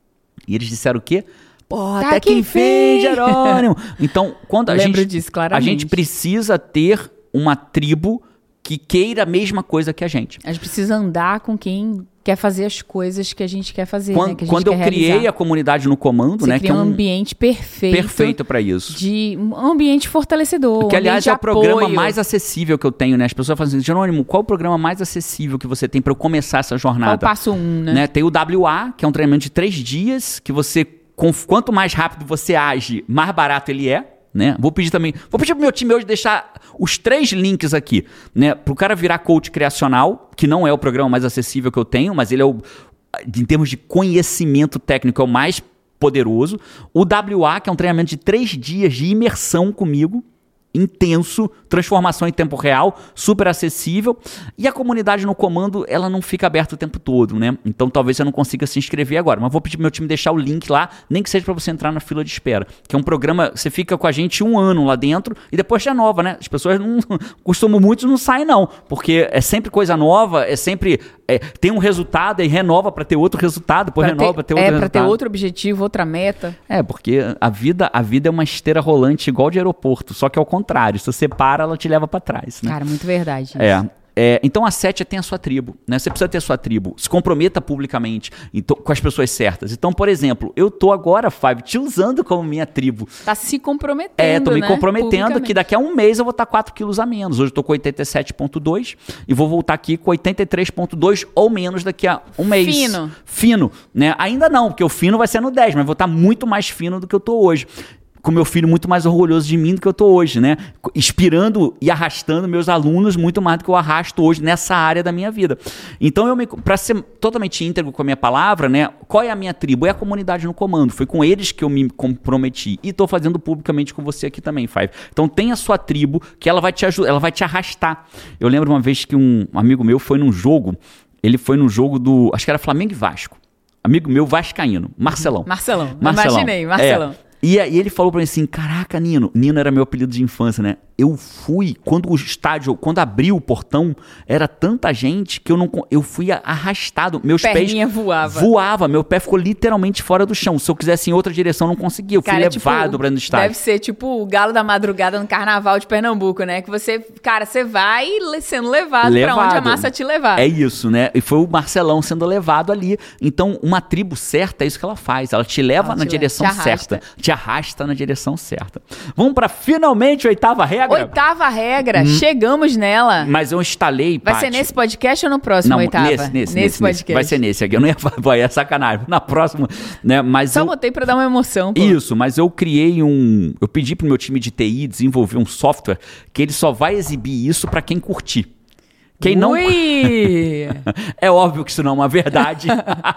Speaker 1: E eles disseram o quê? Pô,
Speaker 2: Tá
Speaker 1: até
Speaker 2: que
Speaker 1: que enfim, Jerônimo. Então, quando a
Speaker 2: Lembro
Speaker 1: gente,
Speaker 2: disso
Speaker 1: a
Speaker 2: claramente.
Speaker 1: gente precisa ter uma tribo que queira a mesma coisa que a gente.
Speaker 2: A gente precisa andar com quem quer fazer as coisas que a gente quer fazer,
Speaker 1: Quando,
Speaker 2: né? Que a gente
Speaker 1: quando eu
Speaker 2: quer
Speaker 1: criei
Speaker 2: realizar.
Speaker 1: a comunidade no comando,
Speaker 2: Você
Speaker 1: né?
Speaker 2: cria
Speaker 1: que é
Speaker 2: um
Speaker 1: um
Speaker 2: ambiente perfeito.
Speaker 1: perfeito para isso.
Speaker 2: De um ambiente fortalecedor.
Speaker 1: Que,
Speaker 2: um
Speaker 1: aliás,
Speaker 2: ambiente
Speaker 1: é o programa
Speaker 2: apoio.
Speaker 1: mais acessível que eu tenho, né? As pessoas falam assim, Jerônimo, qual é o programa mais acessível que você tem para eu começar essa
Speaker 2: Qual
Speaker 1: jornada?
Speaker 2: o passo um, né?
Speaker 1: Né? Tem o W A, que é um treinamento de três dias, que você, com- quanto mais rápido você age, mais barato ele é. Né? Vou pedir também, vou pedir pro meu time hoje deixar os três links aqui, né? Pro cara virar coach criacional, que não é o programa mais acessível que eu tenho, mas ele é o, em termos de conhecimento técnico, é o mais poderoso. O W A, que é um treinamento de três dias de imersão comigo, intenso, transformação em tempo real, super acessível. E a comunidade no comando, ela não fica aberta o tempo todo, né? Então talvez você não consiga se inscrever agora. Mas vou pedir pro meu time deixar o link lá, nem que seja para você entrar na fila de espera. Que é um programa, você fica com a gente um ano lá dentro e depois já é nova, né? As pessoas não costumam, muitos não saem não, porque é sempre coisa nova, é sempre... É, tem um resultado e renova para ter outro resultado, depois
Speaker 2: Pra
Speaker 1: renova
Speaker 2: ter-
Speaker 1: para ter outro
Speaker 2: é,
Speaker 1: resultado.
Speaker 2: pra ter outro objetivo, outra meta.
Speaker 1: É, porque a vida, a vida é uma esteira rolante igual de aeroporto, só que ao contrário, se você para, ela te leva para trás, né?
Speaker 2: Cara, muito verdade. isso.
Speaker 1: É. É, então a sete tem a sua tribo, né? Você precisa ter a sua tribo. Se comprometa publicamente então, com as pessoas certas. Então, por exemplo, eu tô agora, Five, te usando como minha tribo.
Speaker 2: Tá se comprometendo,
Speaker 1: É, tô me
Speaker 2: né?
Speaker 1: comprometendo que daqui a um mês eu vou estar quatro quilos a menos. Hoje eu tô com oitenta e sete vírgula dois e vou voltar aqui com oitenta e três vírgula dois ou menos daqui a um mês.
Speaker 2: Fino.
Speaker 1: Fino, né? Ainda não, porque o fino vai ser no dez, mas vou estar muito mais fino do que eu tô hoje. Com meu filho muito mais orgulhoso de mim do que eu tô hoje, né? Inspirando e arrastando meus alunos muito mais do que eu arrasto hoje nessa área da minha vida. Então, eu me, para ser totalmente íntegro com a minha palavra, né? Qual é a minha tribo? É a comunidade no comando. Foi com eles que eu me comprometi. E tô fazendo publicamente com você aqui também, Five. Então, tem a sua tribo que ela vai te ajudar, ela vai te arrastar. Eu lembro uma vez que um amigo meu foi num jogo, ele foi num jogo do, acho que era Flamengo e Vasco. Amigo meu vascaíno, Marcelão.
Speaker 2: Marcelão.
Speaker 1: Marcelão.
Speaker 2: Imaginei, Marcelão.
Speaker 1: É. E, e ele falou pra mim assim, caraca, Nino, Nino era meu apelido de infância, né? Eu fui, quando o estádio, quando abriu o portão, era tanta gente que eu não, eu fui arrastado, meus
Speaker 2: Perninha
Speaker 1: pés
Speaker 2: voava.
Speaker 1: voava, meu pé ficou literalmente fora do chão. Se eu quisesse em outra direção, eu não conseguia, eu fui
Speaker 2: Cara,
Speaker 1: levado
Speaker 2: tipo,
Speaker 1: pra dentro do estádio.
Speaker 2: Deve ser tipo o galo da madrugada no carnaval de Pernambuco, né? Que você, cara, você vai le- sendo levado,
Speaker 1: Levado.
Speaker 2: pra onde a massa te levar.
Speaker 1: É isso, né? E foi o Marcelão sendo levado ali. Então, uma tribo certa é isso que ela faz. Ela te leva
Speaker 2: Ela
Speaker 1: na
Speaker 2: te
Speaker 1: direção
Speaker 2: leva, te arrasta.
Speaker 1: certa. Te arrasta na direção certa. Vamos pra finalmente a oitava regra?
Speaker 2: Oitava regra, chegamos nela.
Speaker 1: Mas eu instalei,
Speaker 2: Vai
Speaker 1: Paty.
Speaker 2: ser nesse podcast ou no próximo,
Speaker 1: Não,
Speaker 2: oitava?
Speaker 1: nesse, nesse, nesse,
Speaker 2: podcast.
Speaker 1: Vai ser nesse aqui. Eu não ia falar, é sacanagem. Na próxima, né? Mas
Speaker 2: Só
Speaker 1: eu...
Speaker 2: botei pra dar uma emoção, pô.
Speaker 1: Isso, mas eu criei um... Eu pedi pro meu time de T I desenvolver um software que ele só vai exibir isso pra quem curtir. Quem não...
Speaker 2: Ui!
Speaker 1: É óbvio que isso não é uma verdade.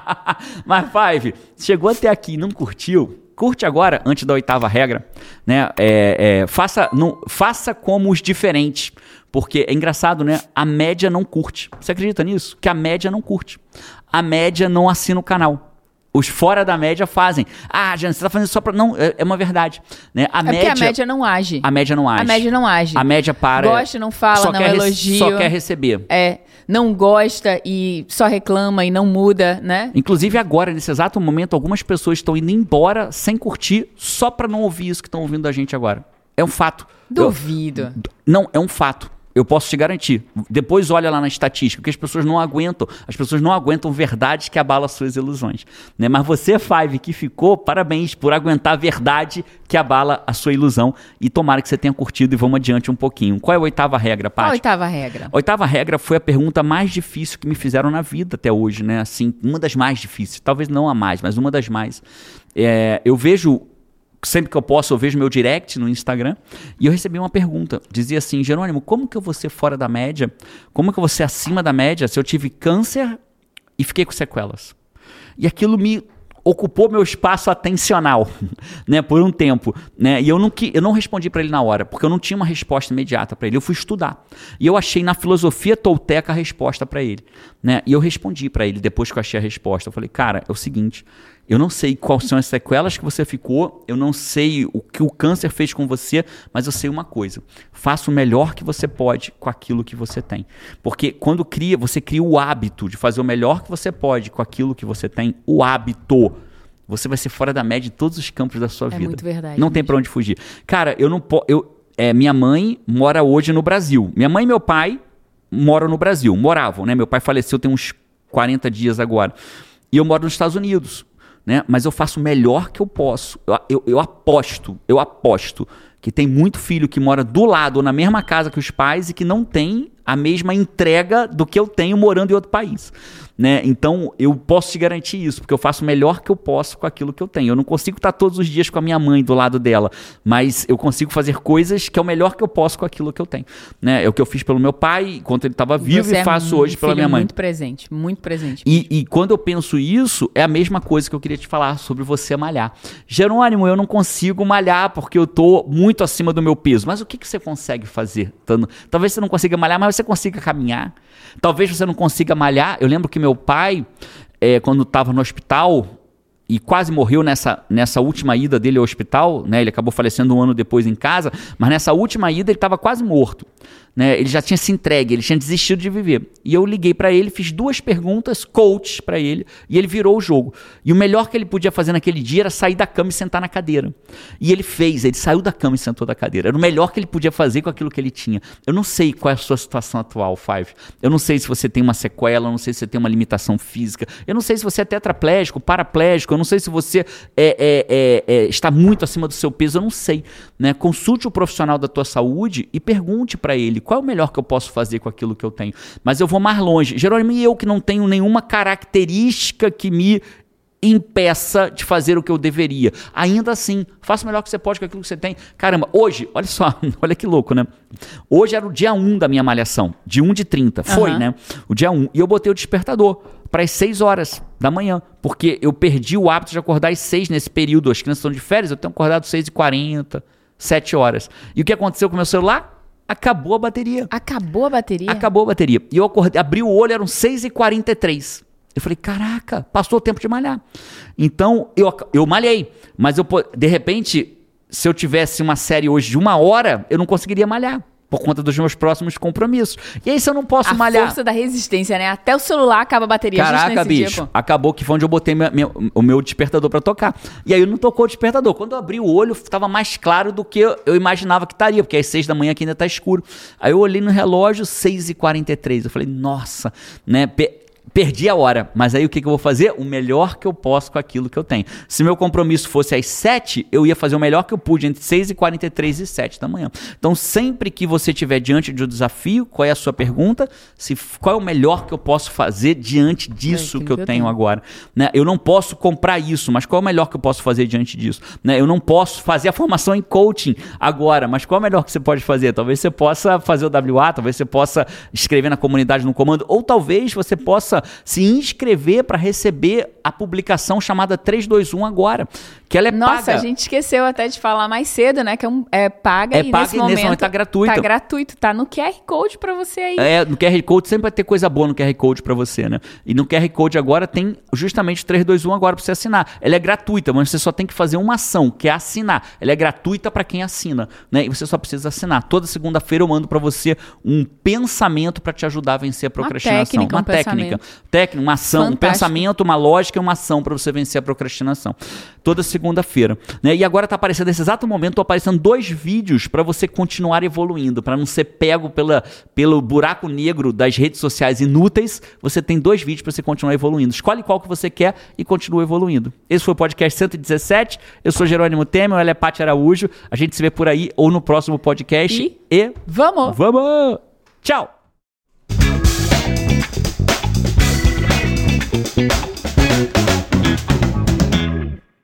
Speaker 1: Mas, Five, chegou até aqui e não curtiu... Curte agora, antes da oitava regra, né? É, é, faça, não, faça como os diferentes. Porque é engraçado, né? A média não curte. Você acredita nisso? Que a média não curte. A média não assina o canal. Os fora da média fazem. Ah, Jana, você tá fazendo só pra... Não, é, é uma verdade. Né? A
Speaker 2: É
Speaker 1: média,
Speaker 2: porque a média não age.
Speaker 1: A média não age.
Speaker 2: A média não age.
Speaker 1: A média para...
Speaker 2: Gosta, não fala,
Speaker 1: só
Speaker 2: não
Speaker 1: quer rece-
Speaker 2: elogia.
Speaker 1: Só quer receber.
Speaker 2: É, não gosta e só reclama e não muda, né?
Speaker 1: Inclusive agora, nesse exato momento, algumas pessoas estão indo embora sem curtir só pra não ouvir isso que estão ouvindo da gente agora. É um fato.
Speaker 2: Duvido.
Speaker 1: Eu, não, é um fato. Eu posso te garantir. Depois olha lá na estatística, porque as pessoas não aguentam. As pessoas não aguentam verdades que abalam as suas ilusões. Né? Mas você, Five, que ficou, parabéns por aguentar a verdade que abala a sua ilusão. E tomara que você tenha curtido e vamos adiante um pouquinho. Qual é a oitava regra, Paty?
Speaker 2: Qual a oitava regra?
Speaker 1: A oitava regra foi a pergunta mais difícil que me fizeram na vida até hoje, né? Assim, uma das mais difíceis. Talvez não a mais, mas uma das mais. É, eu vejo... Sempre que eu posso, eu vejo meu direct no Instagram e eu recebi uma pergunta. Dizia assim, Jerônimo, como que eu vou ser fora da média? Como que eu vou ser acima da média se eu tive câncer e fiquei com sequelas? E aquilo me ocupou meu espaço atencional, né, por um tempo, né? E eu não, eu não respondi para ele na hora, porque eu não tinha uma resposta imediata para ele. Eu fui estudar. E eu achei na filosofia tolteca a resposta para ele, né? E eu respondi para ele depois que eu achei a resposta. Eu falei, cara, é o seguinte... Eu não sei quais são as sequelas que você ficou, eu não sei o que o câncer fez com você, mas eu sei uma coisa. Faça o melhor que você pode com aquilo que você tem. Porque quando cria, você cria o hábito de fazer o melhor que você pode com aquilo que você tem, o hábito, você vai ser fora da média em todos os campos da sua
Speaker 2: É
Speaker 1: vida.
Speaker 2: muito verdade.
Speaker 1: Não tem pra onde fugir. Cara, eu não posso... É, minha mãe mora hoje no Brasil. Minha mãe e meu pai moram no Brasil. Moravam, né? Meu pai faleceu tem uns quarenta dias agora. E eu moro nos Estados Unidos. Né? Mas eu faço o melhor que eu posso. Eu, eu, eu aposto, eu aposto que tem muito filho que mora do lado ou na mesma casa que os pais e que não tem a mesma entrega do que eu tenho morando em outro país. Né? Então, eu posso te garantir isso, porque eu faço o melhor que eu posso com aquilo que eu tenho. Eu não consigo estar todos os dias com a minha mãe do lado dela, mas eu consigo fazer coisas que é o melhor que eu posso com aquilo que eu tenho. Né? É o que eu fiz pelo meu pai enquanto ele estava vivo
Speaker 2: Você
Speaker 1: e faço
Speaker 2: é um
Speaker 1: hoje pela minha mãe.
Speaker 2: muito presente, muito presente.
Speaker 1: E, e quando eu penso isso, é a mesma coisa que eu queria te falar sobre você malhar. Jerônimo, eu não consigo malhar porque eu tô muito acima do meu peso. Mas o que, que você consegue fazer? Talvez você não consiga malhar, mas você consiga caminhar. Talvez você não consiga malhar. Eu lembro que meu pai, é, quando estava no hospital e quase morreu nessa, nessa última ida dele ao hospital, né? Ele acabou falecendo um ano depois em casa, mas nessa última ida ele estava quase morto. Né? Ele já tinha se entregue, ele tinha desistido de viver. E eu liguei pra ele, fiz duas perguntas, coach pra ele, e ele virou o jogo. E o melhor que ele podia fazer naquele dia era sair da cama e sentar na cadeira. E ele fez, ele saiu da cama e sentou da cadeira. Era o melhor que ele podia fazer com aquilo que ele tinha. Eu não sei qual é a sua situação atual, Five. Eu não sei se você tem uma sequela, eu não sei se você tem uma limitação física, eu não sei se você é tetraplégico, paraplégico, eu não sei se você é, é, é, é, está muito acima do seu peso, eu não sei. Né? Consulte o profissional da tua saúde e pergunte pra ele qual é o melhor que eu posso fazer com aquilo que eu tenho. Mas eu vou mais longe. Jerônimo, e eu que não tenho nenhuma característica que me impeça de fazer o que eu deveria. Ainda assim, faça o melhor que você pode com aquilo que você tem. Caramba, hoje, olha só, olha que louco, né? Hoje era o dia um da minha malhação, de um de trinta, foi, uhum. né? O dia um. E eu botei o despertador para as seis horas da manhã, porque eu perdi o hábito de acordar às seis nesse período. As crianças estão de férias, eu tenho acordado às seis e quarenta, sete horas. E o que aconteceu com o meu celular? Acabou a bateria.
Speaker 2: Acabou a bateria?
Speaker 1: Acabou a bateria. E eu acordei, abri o olho, eram seis e quarenta e três. Eu falei, caraca, passou o tempo de malhar. Então, eu, eu malhei. Mas, eu, de repente, se eu tivesse uma série hoje de uma hora, eu não conseguiria malhar. Por conta dos meus próximos compromissos. E aí, se eu não posso
Speaker 2: a
Speaker 1: malhar...
Speaker 2: A força da resistência, né? Até o celular acaba a bateria.
Speaker 1: Caraca, bicho. Dia, acabou que foi onde eu botei minha, minha, o meu despertador pra tocar. E aí, não tocou o despertador. Quando eu abri o olho, tava mais claro do que eu imaginava que estaria. Porque às seis da manhã aqui ainda tá escuro. Aí eu olhei no relógio, seis e quarenta e três. Eu falei, nossa, né... Pe- Perdi a hora, mas aí o que, que eu vou fazer? O melhor que eu posso com aquilo que eu tenho. Se meu compromisso fosse às sete, eu ia fazer o melhor que eu pude entre seis e quarenta e três e sete da manhã. Então, sempre que você estiver diante de um desafio, qual é a sua pergunta? Se, qual é o melhor que eu posso fazer diante disso é, que, que eu, eu tenho, tenho agora? Né? Eu não posso comprar isso, mas qual é o melhor que eu posso fazer diante disso? Né? Eu não posso fazer a formação em coaching agora, mas qual é o melhor que você pode fazer? Talvez você possa fazer o W A, talvez você possa escrever na comunidade no comando, ou talvez você possa se inscrever para receber a publicação chamada trezentos e vinte e um agora, que ela é
Speaker 2: Nossa,
Speaker 1: paga.
Speaker 2: Nossa, a gente esqueceu até de falar mais cedo, né, que é, um, é paga
Speaker 1: é
Speaker 2: e
Speaker 1: paga
Speaker 2: nesse
Speaker 1: e
Speaker 2: momento,
Speaker 1: nesse momento tá gratuito.
Speaker 2: Tá gratuito, tá no Q R Code para você aí.
Speaker 1: É, no Q R Code sempre vai ter coisa boa no Q R Code para você, né? E no Q R Code agora tem justamente o trezentos e vinte e um agora para você assinar. Ela é gratuita, mas você só tem que fazer uma ação, que é assinar. Ela é gratuita para quem assina, né? E você só precisa assinar. Toda segunda-feira eu mando para você um pensamento para te ajudar a vencer a procrastinação.
Speaker 2: Uma técnica,
Speaker 1: uma
Speaker 2: um
Speaker 1: técnica,
Speaker 2: pensamento.
Speaker 1: técnica, uma ação, Fantástico. um pensamento, uma lógica e uma ação para você vencer a procrastinação. Toda segunda-feira, né? E agora tá aparecendo, nesse exato momento, tô aparecendo dois vídeos para você continuar evoluindo, para não ser pego pela, pelo buraco negro das redes sociais inúteis. Você tem dois vídeos para você continuar evoluindo. Escolhe qual que você quer e continua evoluindo. Esse foi o podcast cento e dezessete. Eu sou Jerônimo Temer, ela é Paty Araújo. A gente se vê por aí ou no próximo podcast.
Speaker 2: E,
Speaker 1: e...
Speaker 2: vamos!
Speaker 1: Vamos! Tchau!